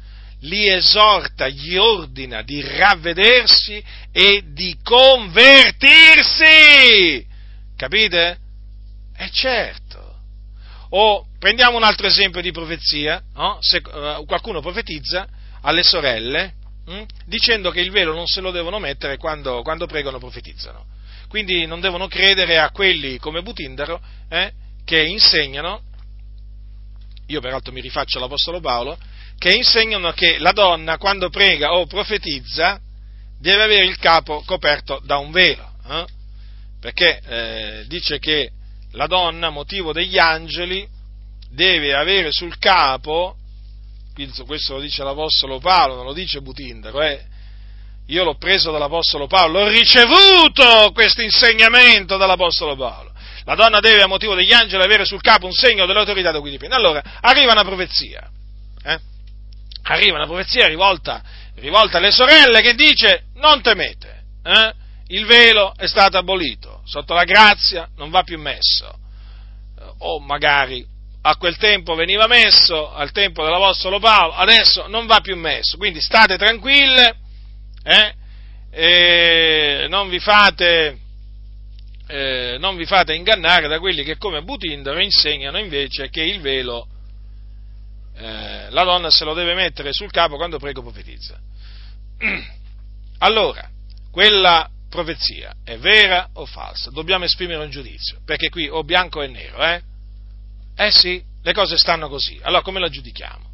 li esorta, gli ordina di ravvedersi e di convertirsi. Capite? E certo. O prendiamo un altro esempio di profezia, no? Se uh, qualcuno profetizza alle sorelle hm, dicendo che il velo non se lo devono mettere quando, quando pregano o profetizzano. Quindi non devono credere a quelli come Butindaro eh, che insegnano, io peraltro mi rifaccio all'Apostolo Paolo, che insegnano che la donna quando prega o profetizza deve avere il capo coperto da un velo, eh? perché eh, dice che la donna, motivo degli angeli, deve avere sul capo, questo lo dice l'Apostolo Paolo, non lo dice Butindaro, eh? Io l'ho preso dall'Apostolo Paolo, l'ho ricevuto questo insegnamento dall'Apostolo Paolo. La donna deve, a motivo degli angeli, avere sul capo un segno dell'autorità da cui dipende. Allora, arriva una profezia, eh? arriva una profezia rivolta, rivolta alle sorelle che dice: non temete, eh? il velo è stato abolito, sotto la grazia non va più messo, o magari a quel tempo veniva messo, al tempo dell'Apostolo Paolo, adesso non va più messo, quindi state tranquille, eh? e non vi fate... Eh, non vi fate ingannare da quelli che come Butindaro insegnano invece che il velo eh, la donna se lo deve mettere sul capo quando prega o profetizza. Allora, quella profezia è vera o falsa? Dobbiamo esprimere un giudizio, perché qui o bianco o nero, eh? Eh sì, le cose stanno così. Allora come la giudichiamo?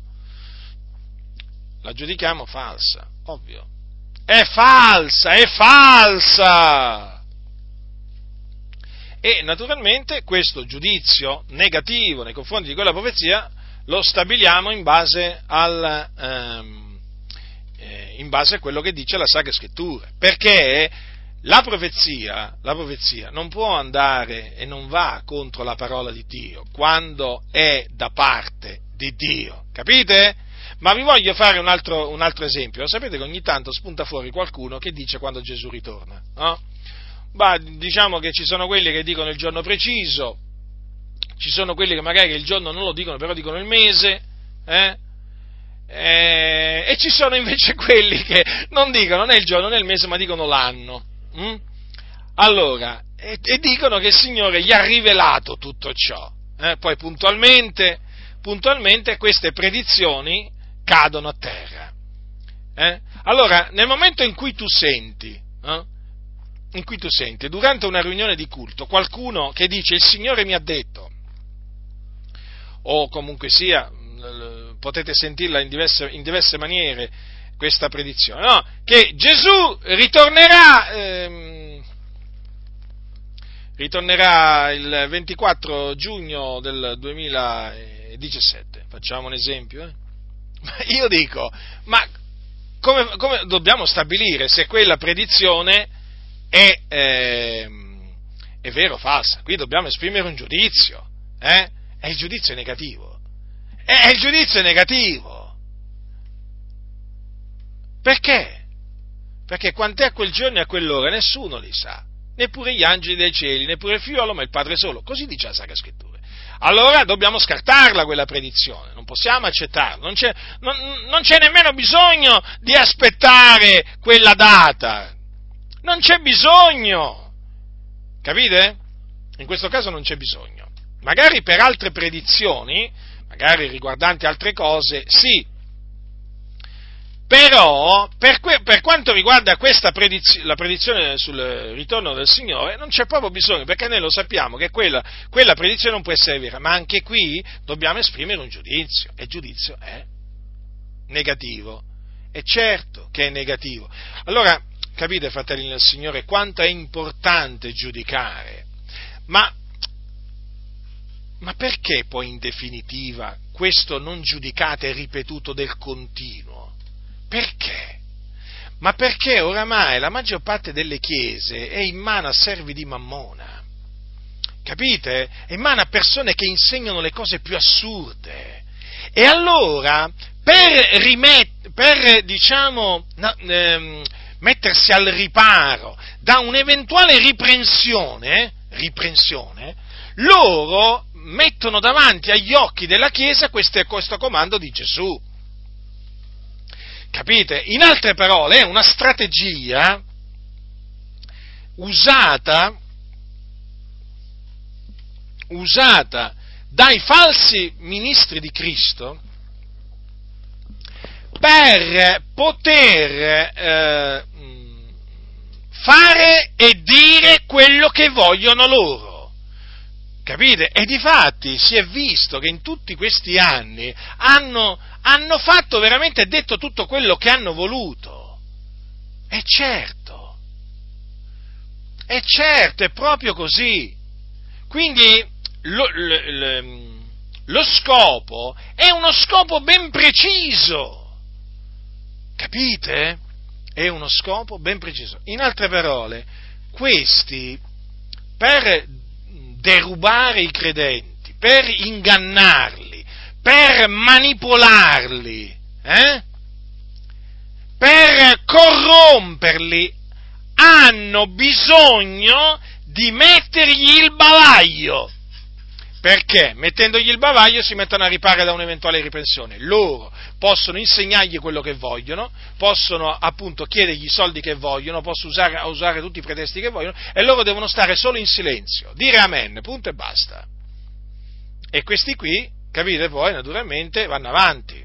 La giudichiamo falsa, ovvio. È falsa, è falsa! E naturalmente questo giudizio negativo nei confronti di quella profezia lo stabiliamo in base, al, ehm, eh, in base a quello che dice la Sacra Scrittura, perché la profezia, la profezia non può andare e non va contro la parola di Dio quando è da parte di Dio, capite? Ma vi voglio fare un altro, un altro esempio. Sapete che ogni tanto spunta fuori qualcuno che dice quando Gesù ritorna, no? Bah, diciamo che ci sono quelli che dicono il giorno preciso, ci sono quelli che magari il giorno non lo dicono, però dicono il mese, eh? E, e ci sono invece quelli che non dicono né il giorno né il mese, ma dicono l'anno. Hm? Allora, e, e dicono che il Signore gli ha rivelato tutto ciò. Eh? Poi puntualmente, puntualmente queste predizioni cadono a terra. Eh? Allora, nel momento in cui tu senti... Eh? in cui tu senti, durante una riunione di culto, qualcuno che dice il Signore mi ha detto, o comunque sia, potete sentirla in diverse, in diverse maniere questa predizione, no? Che Gesù ritornerà, ehm, ritornerà il ventiquattro giugno del duemiladiciassette, facciamo un esempio, eh? Io dico, ma come, come dobbiamo stabilire se quella predizione È, eh, è vero o falsa? Qui dobbiamo esprimere un giudizio, eh? E il giudizio è negativo. È, è il giudizio è negativo. Perché? Perché quant'è a quel giorno e a quell'ora nessuno li sa, neppure gli angeli dei cieli, neppure il figliolo, ma il Padre solo. Così dice la Sacra Scrittura. Allora dobbiamo scartarla quella predizione, non possiamo accettarla, non c'è, non, non c'è nemmeno bisogno di aspettare quella data. Non c'è bisogno, capite? In questo caso non c'è bisogno. Magari per altre predizioni, magari riguardanti altre cose, sì. Però, per, que- per quanto riguarda questa predizio- la predizione sul ritorno del Signore, non c'è proprio bisogno, perché noi lo sappiamo che quella, quella predizione non può essere vera, ma anche qui dobbiamo esprimere un giudizio, e il giudizio è negativo. È certo che è negativo. Allora, capite, fratelli del Signore, quanto è importante giudicare, ma, ma perché poi in definitiva questo non giudicate è ripetuto del continuo? Perché? Ma perché oramai la maggior parte delle chiese è in mano a servi di Mammona, capite? È in mano a persone che insegnano le cose più assurde, e allora per, rimet- per diciamo... No, ehm, mettersi al riparo da un'eventuale riprensione, riprensione, loro mettono davanti agli occhi della Chiesa questo, questo comando di Gesù. Capite? In altre parole, è una strategia usata, usata dai falsi ministri di Cristo per poter eh, fare e dire quello che vogliono loro. Capite? E difatti si è visto che in tutti questi anni hanno, hanno fatto veramente e detto tutto quello che hanno voluto. E certo, è certo, è proprio così. Quindi lo, lo, lo scopo è uno scopo ben preciso. Capite? È uno scopo ben preciso. In altre parole, questi, per derubare i credenti, per ingannarli, per manipolarli, eh? per corromperli, hanno bisogno di mettergli il bavaglio. Perché? Mettendogli il bavaglio si mettono a ripare da un'eventuale riprensione. Loro possono insegnargli quello che vogliono, possono appunto chiedergli i soldi che vogliono, possono usare, usare tutti i pretesti che vogliono, e loro devono stare solo in silenzio, dire amen, punto e basta. E questi qui, capite, poi naturalmente vanno avanti.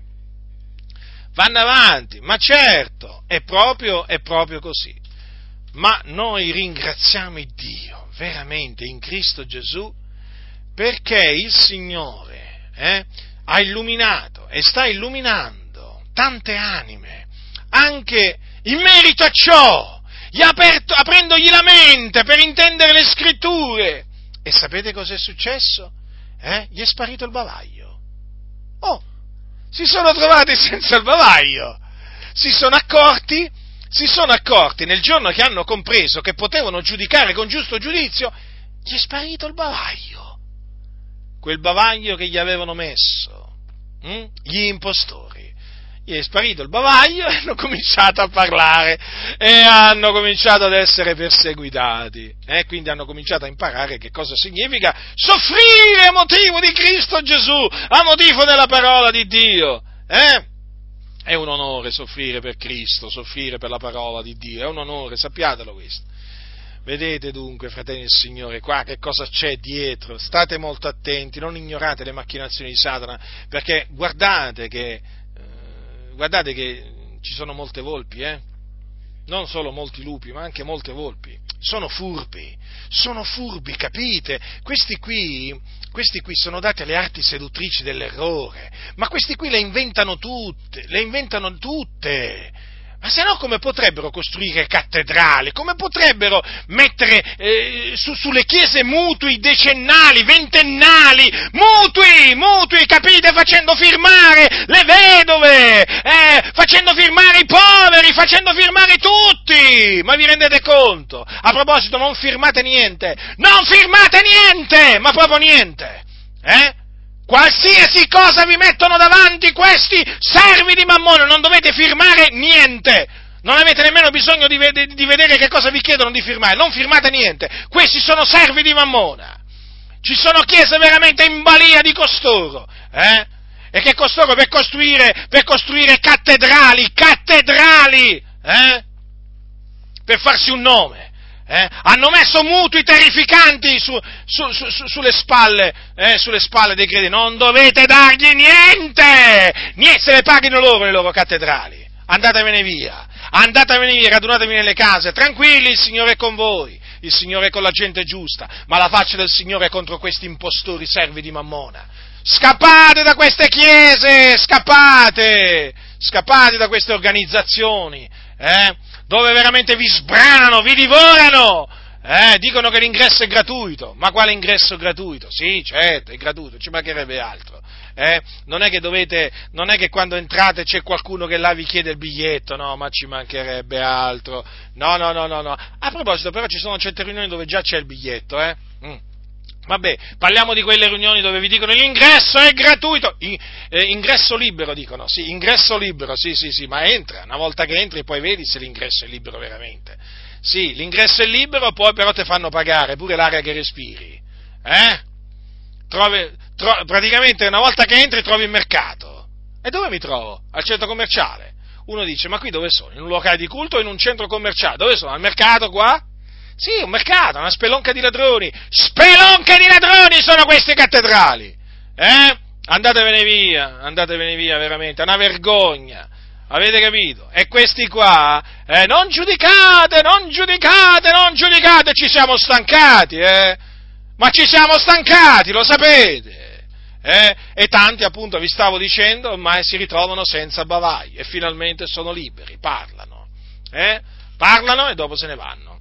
Vanno avanti, ma certo, è proprio, è proprio così. Ma noi ringraziamo il Dio, veramente, in Cristo Gesù, perché il Signore eh, ha illuminato e sta illuminando tante anime, anche in merito a ciò, gli ha aperto, aprendogli la mente per intendere le Scritture. E sapete cosa è successo? Eh? Gli è sparito il bavaglio. Oh, si sono trovati senza il bavaglio, si sono accorti, si sono accorti nel giorno che hanno compreso che potevano giudicare con giusto giudizio, gli è sparito il bavaglio. Quel bavaglio che gli avevano messo, hm? gli impostori, gli è sparito il bavaglio e hanno cominciato a parlare e hanno cominciato ad essere perseguitati e eh? quindi hanno cominciato a imparare che cosa significa soffrire a motivo di Cristo Gesù, a motivo della parola di Dio. Eh? È un onore soffrire per Cristo, soffrire per la parola di Dio, è un onore, sappiatelo questo. Vedete dunque, fratelli del Signore, qua che cosa c'è dietro? State molto attenti, non ignorate le macchinazioni di Satana, perché guardate che, eh, guardate che ci sono molte volpi, eh? Non solo molti lupi, ma anche molte volpi. Sono furbi, sono furbi, capite? Questi qui, questi qui sono dati alle arti seduttrici dell'errore, ma questi qui le inventano tutte, le inventano tutte. Ma se no come potrebbero costruire cattedrali? Come potrebbero mettere eh, su, sulle chiese mutui decennali, ventennali, mutui, mutui, capite? Facendo firmare le vedove, eh, facendo firmare i poveri, facendo firmare tutti! Ma vi rendete conto? A proposito, non firmate niente, non firmate niente, ma proprio niente, eh? Qualsiasi cosa vi mettono davanti questi servi di Mammona, non dovete firmare niente, non avete nemmeno bisogno di, ved- di vedere che cosa vi chiedono di firmare, non firmate niente, questi sono servi di Mammona, ci sono chiese veramente in balia di costoro, eh? E che costoro per costruire, per costruire cattedrali, cattedrali, eh? Per farsi un nome. Eh? Hanno messo mutui terrificanti su, su, su, su, sulle spalle, eh, sulle spalle dei credenti. Non dovete dargli niente, niente, se le paghino loro le loro cattedrali. Andatevene via, andatevene via, radunatevi nelle case, tranquilli, il Signore è con voi, il Signore è con la gente giusta, ma la faccia del Signore è contro questi impostori servi di Mammona. Scappate da queste chiese, scappate, scappate da queste organizzazioni, eh? Dove veramente vi sbranano, vi divorano, eh, dicono che l'ingresso è gratuito, ma quale ingresso gratuito? Sì, certo, è gratuito, ci mancherebbe altro, eh? Non è che dovete, non è che quando entrate c'è qualcuno che là vi chiede il biglietto, no, ma ci mancherebbe altro, no, no, no, no, no. A proposito, però ci sono certe riunioni dove già c'è il biglietto, eh? Mm. Vabbè, parliamo di quelle riunioni dove vi dicono l'ingresso è gratuito, I, eh, ingresso libero dicono, sì, ingresso libero, sì, sì, sì, ma entra, una volta che entri poi vedi se l'ingresso è libero veramente. Sì, l'ingresso è libero, poi però ti fanno pagare pure l'aria che respiri, eh? Trovi, tro, praticamente una volta che entri trovi il mercato. E dove mi trovo? Al centro commerciale. uno dice, ma qui dove sono? In un locale di culto o in un centro commerciale? Dove sono? Al mercato qua? Sì, un mercato, una spelonca di ladroni. Spelonche di ladroni sono queste cattedrali! Eh? Andatevene via, andatevene via veramente, è una vergogna. Avete capito? E questi qua, eh, non giudicate, non giudicate, non giudicate, ci siamo stancati, eh? Ma ci siamo stancati, lo sapete, eh? E tanti, appunto, vi stavo dicendo, ormai si ritrovano senza bavagli e finalmente sono liberi, parlano, eh? Parlano e dopo se ne vanno.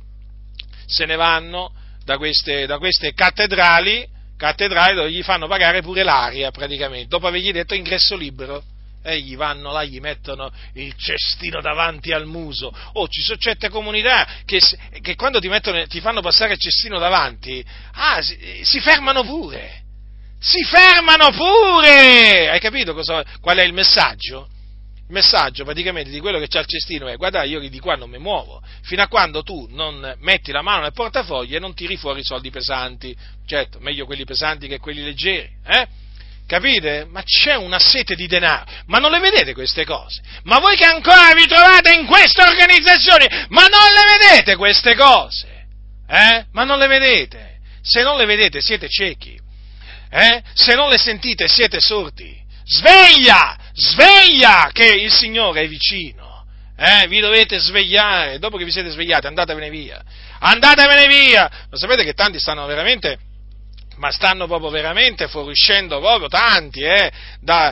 Se ne vanno da queste, da queste cattedrali, cattedrali dove gli fanno pagare pure l'aria, praticamente, dopo avergli detto ingresso libero. E gli vanno là, gli mettono il cestino davanti al muso. Oh, ci sono certe comunità che, che quando ti, mettono, ti fanno passare il cestino davanti, ah, si, si fermano pure. Si fermano pure! Hai capito cosa, qual è il messaggio? Il messaggio praticamente di quello che c'ha il cestino è: guarda, io di qua non mi muovo, fino a quando tu non metti la mano nel portafoglio e non tiri fuori i soldi pesanti. Certo, meglio quelli pesanti che quelli leggeri, eh? Capite? Ma c'è una sete di denaro, ma non le vedete queste cose? Ma voi che ancora vi trovate in queste organizzazioni, ma non le vedete queste cose? Eh? Ma non le vedete? Se non le vedete siete ciechi, eh? Se non le sentite siete sordi. Sveglia! Sveglia! Che il Signore è vicino, eh? Vi dovete svegliare, dopo che vi siete svegliati andatevene via, andatevene via! Ma sapete che tanti stanno veramente... ma stanno proprio veramente fuoriuscendo proprio tanti eh, da,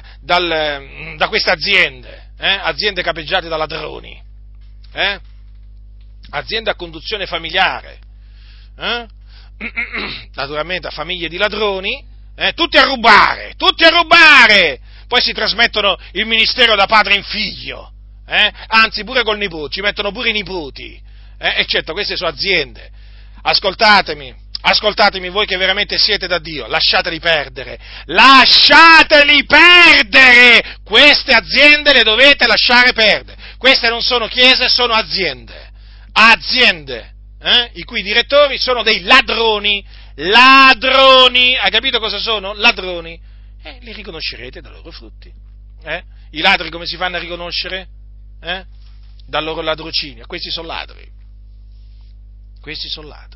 dal, da queste aziende, eh, aziende capeggiate da ladroni, eh, aziende a conduzione familiare, eh, naturalmente a famiglie di ladroni, eh, tutti a rubare, tutti a rubare, poi si trasmettono il ministero da padre in figlio, eh, anzi pure col nipote, ci mettono pure i nipoti, eh, e certo queste sono aziende, ascoltatemi, Ascoltatemi voi che veramente siete da Dio, lasciateli perdere, lasciateli perdere, queste aziende le dovete lasciare perdere, queste non sono chiese, sono aziende, aziende, eh? I cui direttori sono dei ladroni, ladroni, hai capito cosa sono? Ladroni, eh, li riconoscerete dai loro frutti, eh? I ladri come si fanno a riconoscere? Eh? Dal loro ladrocinio, questi sono ladri, questi sono ladri.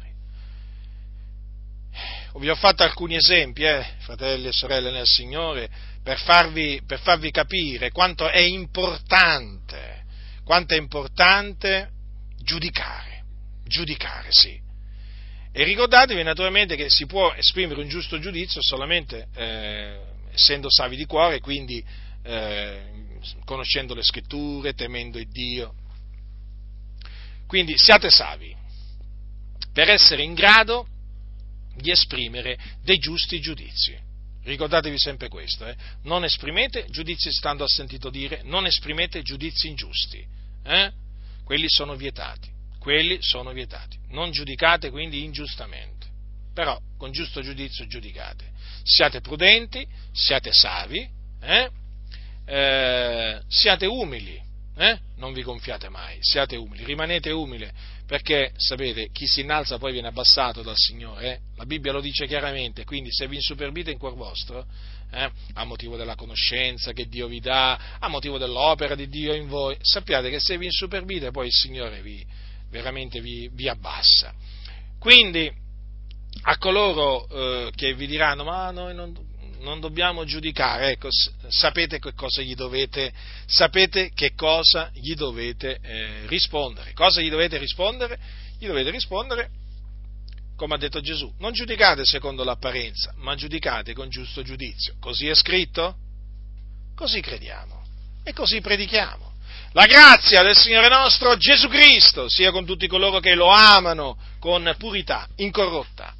Vi ho fatto alcuni esempi, eh, fratelli e sorelle nel Signore, per farvi, per farvi capire quanto è importante, quanto è importante giudicare, giudicare, sì. E ricordatevi naturalmente che si può esprimere un giusto giudizio solamente eh, essendo savi di cuore, quindi eh, conoscendo le Scritture, temendo il Dio. Quindi siate savi per essere in grado di esprimere dei giusti giudizi. Ricordatevi sempre questo, eh? Non esprimete giudizi stando al sentito dire, non esprimete giudizi ingiusti, eh? Quelli sono vietati, quelli sono vietati. Non giudicate quindi ingiustamente, però con giusto giudizio giudicate. Siate prudenti, siate savi, eh? Eh, siate umili, eh? Non vi gonfiate mai, siate umili, rimanete umili, perché sapete, chi si innalza poi viene abbassato dal Signore, eh? La Bibbia lo dice chiaramente, quindi se vi insuperbite in cuor vostro, eh? a motivo della conoscenza che Dio vi dà, a motivo dell'opera di Dio in voi, sappiate che se vi insuperbite poi il Signore vi, veramente vi, vi abbassa. Quindi a coloro eh, che vi diranno, ma noi non... non dobbiamo giudicare, ecco, sapete che cosa gli dovete, sapete che cosa gli dovete eh, rispondere. Cosa gli dovete rispondere? Gli dovete rispondere, come ha detto Gesù, non giudicate secondo l'apparenza, ma giudicate con giusto giudizio. Così è scritto? Così crediamo e così predichiamo. La grazia del Signore nostro Gesù Cristo sia con tutti coloro che lo amano con purità incorrotta.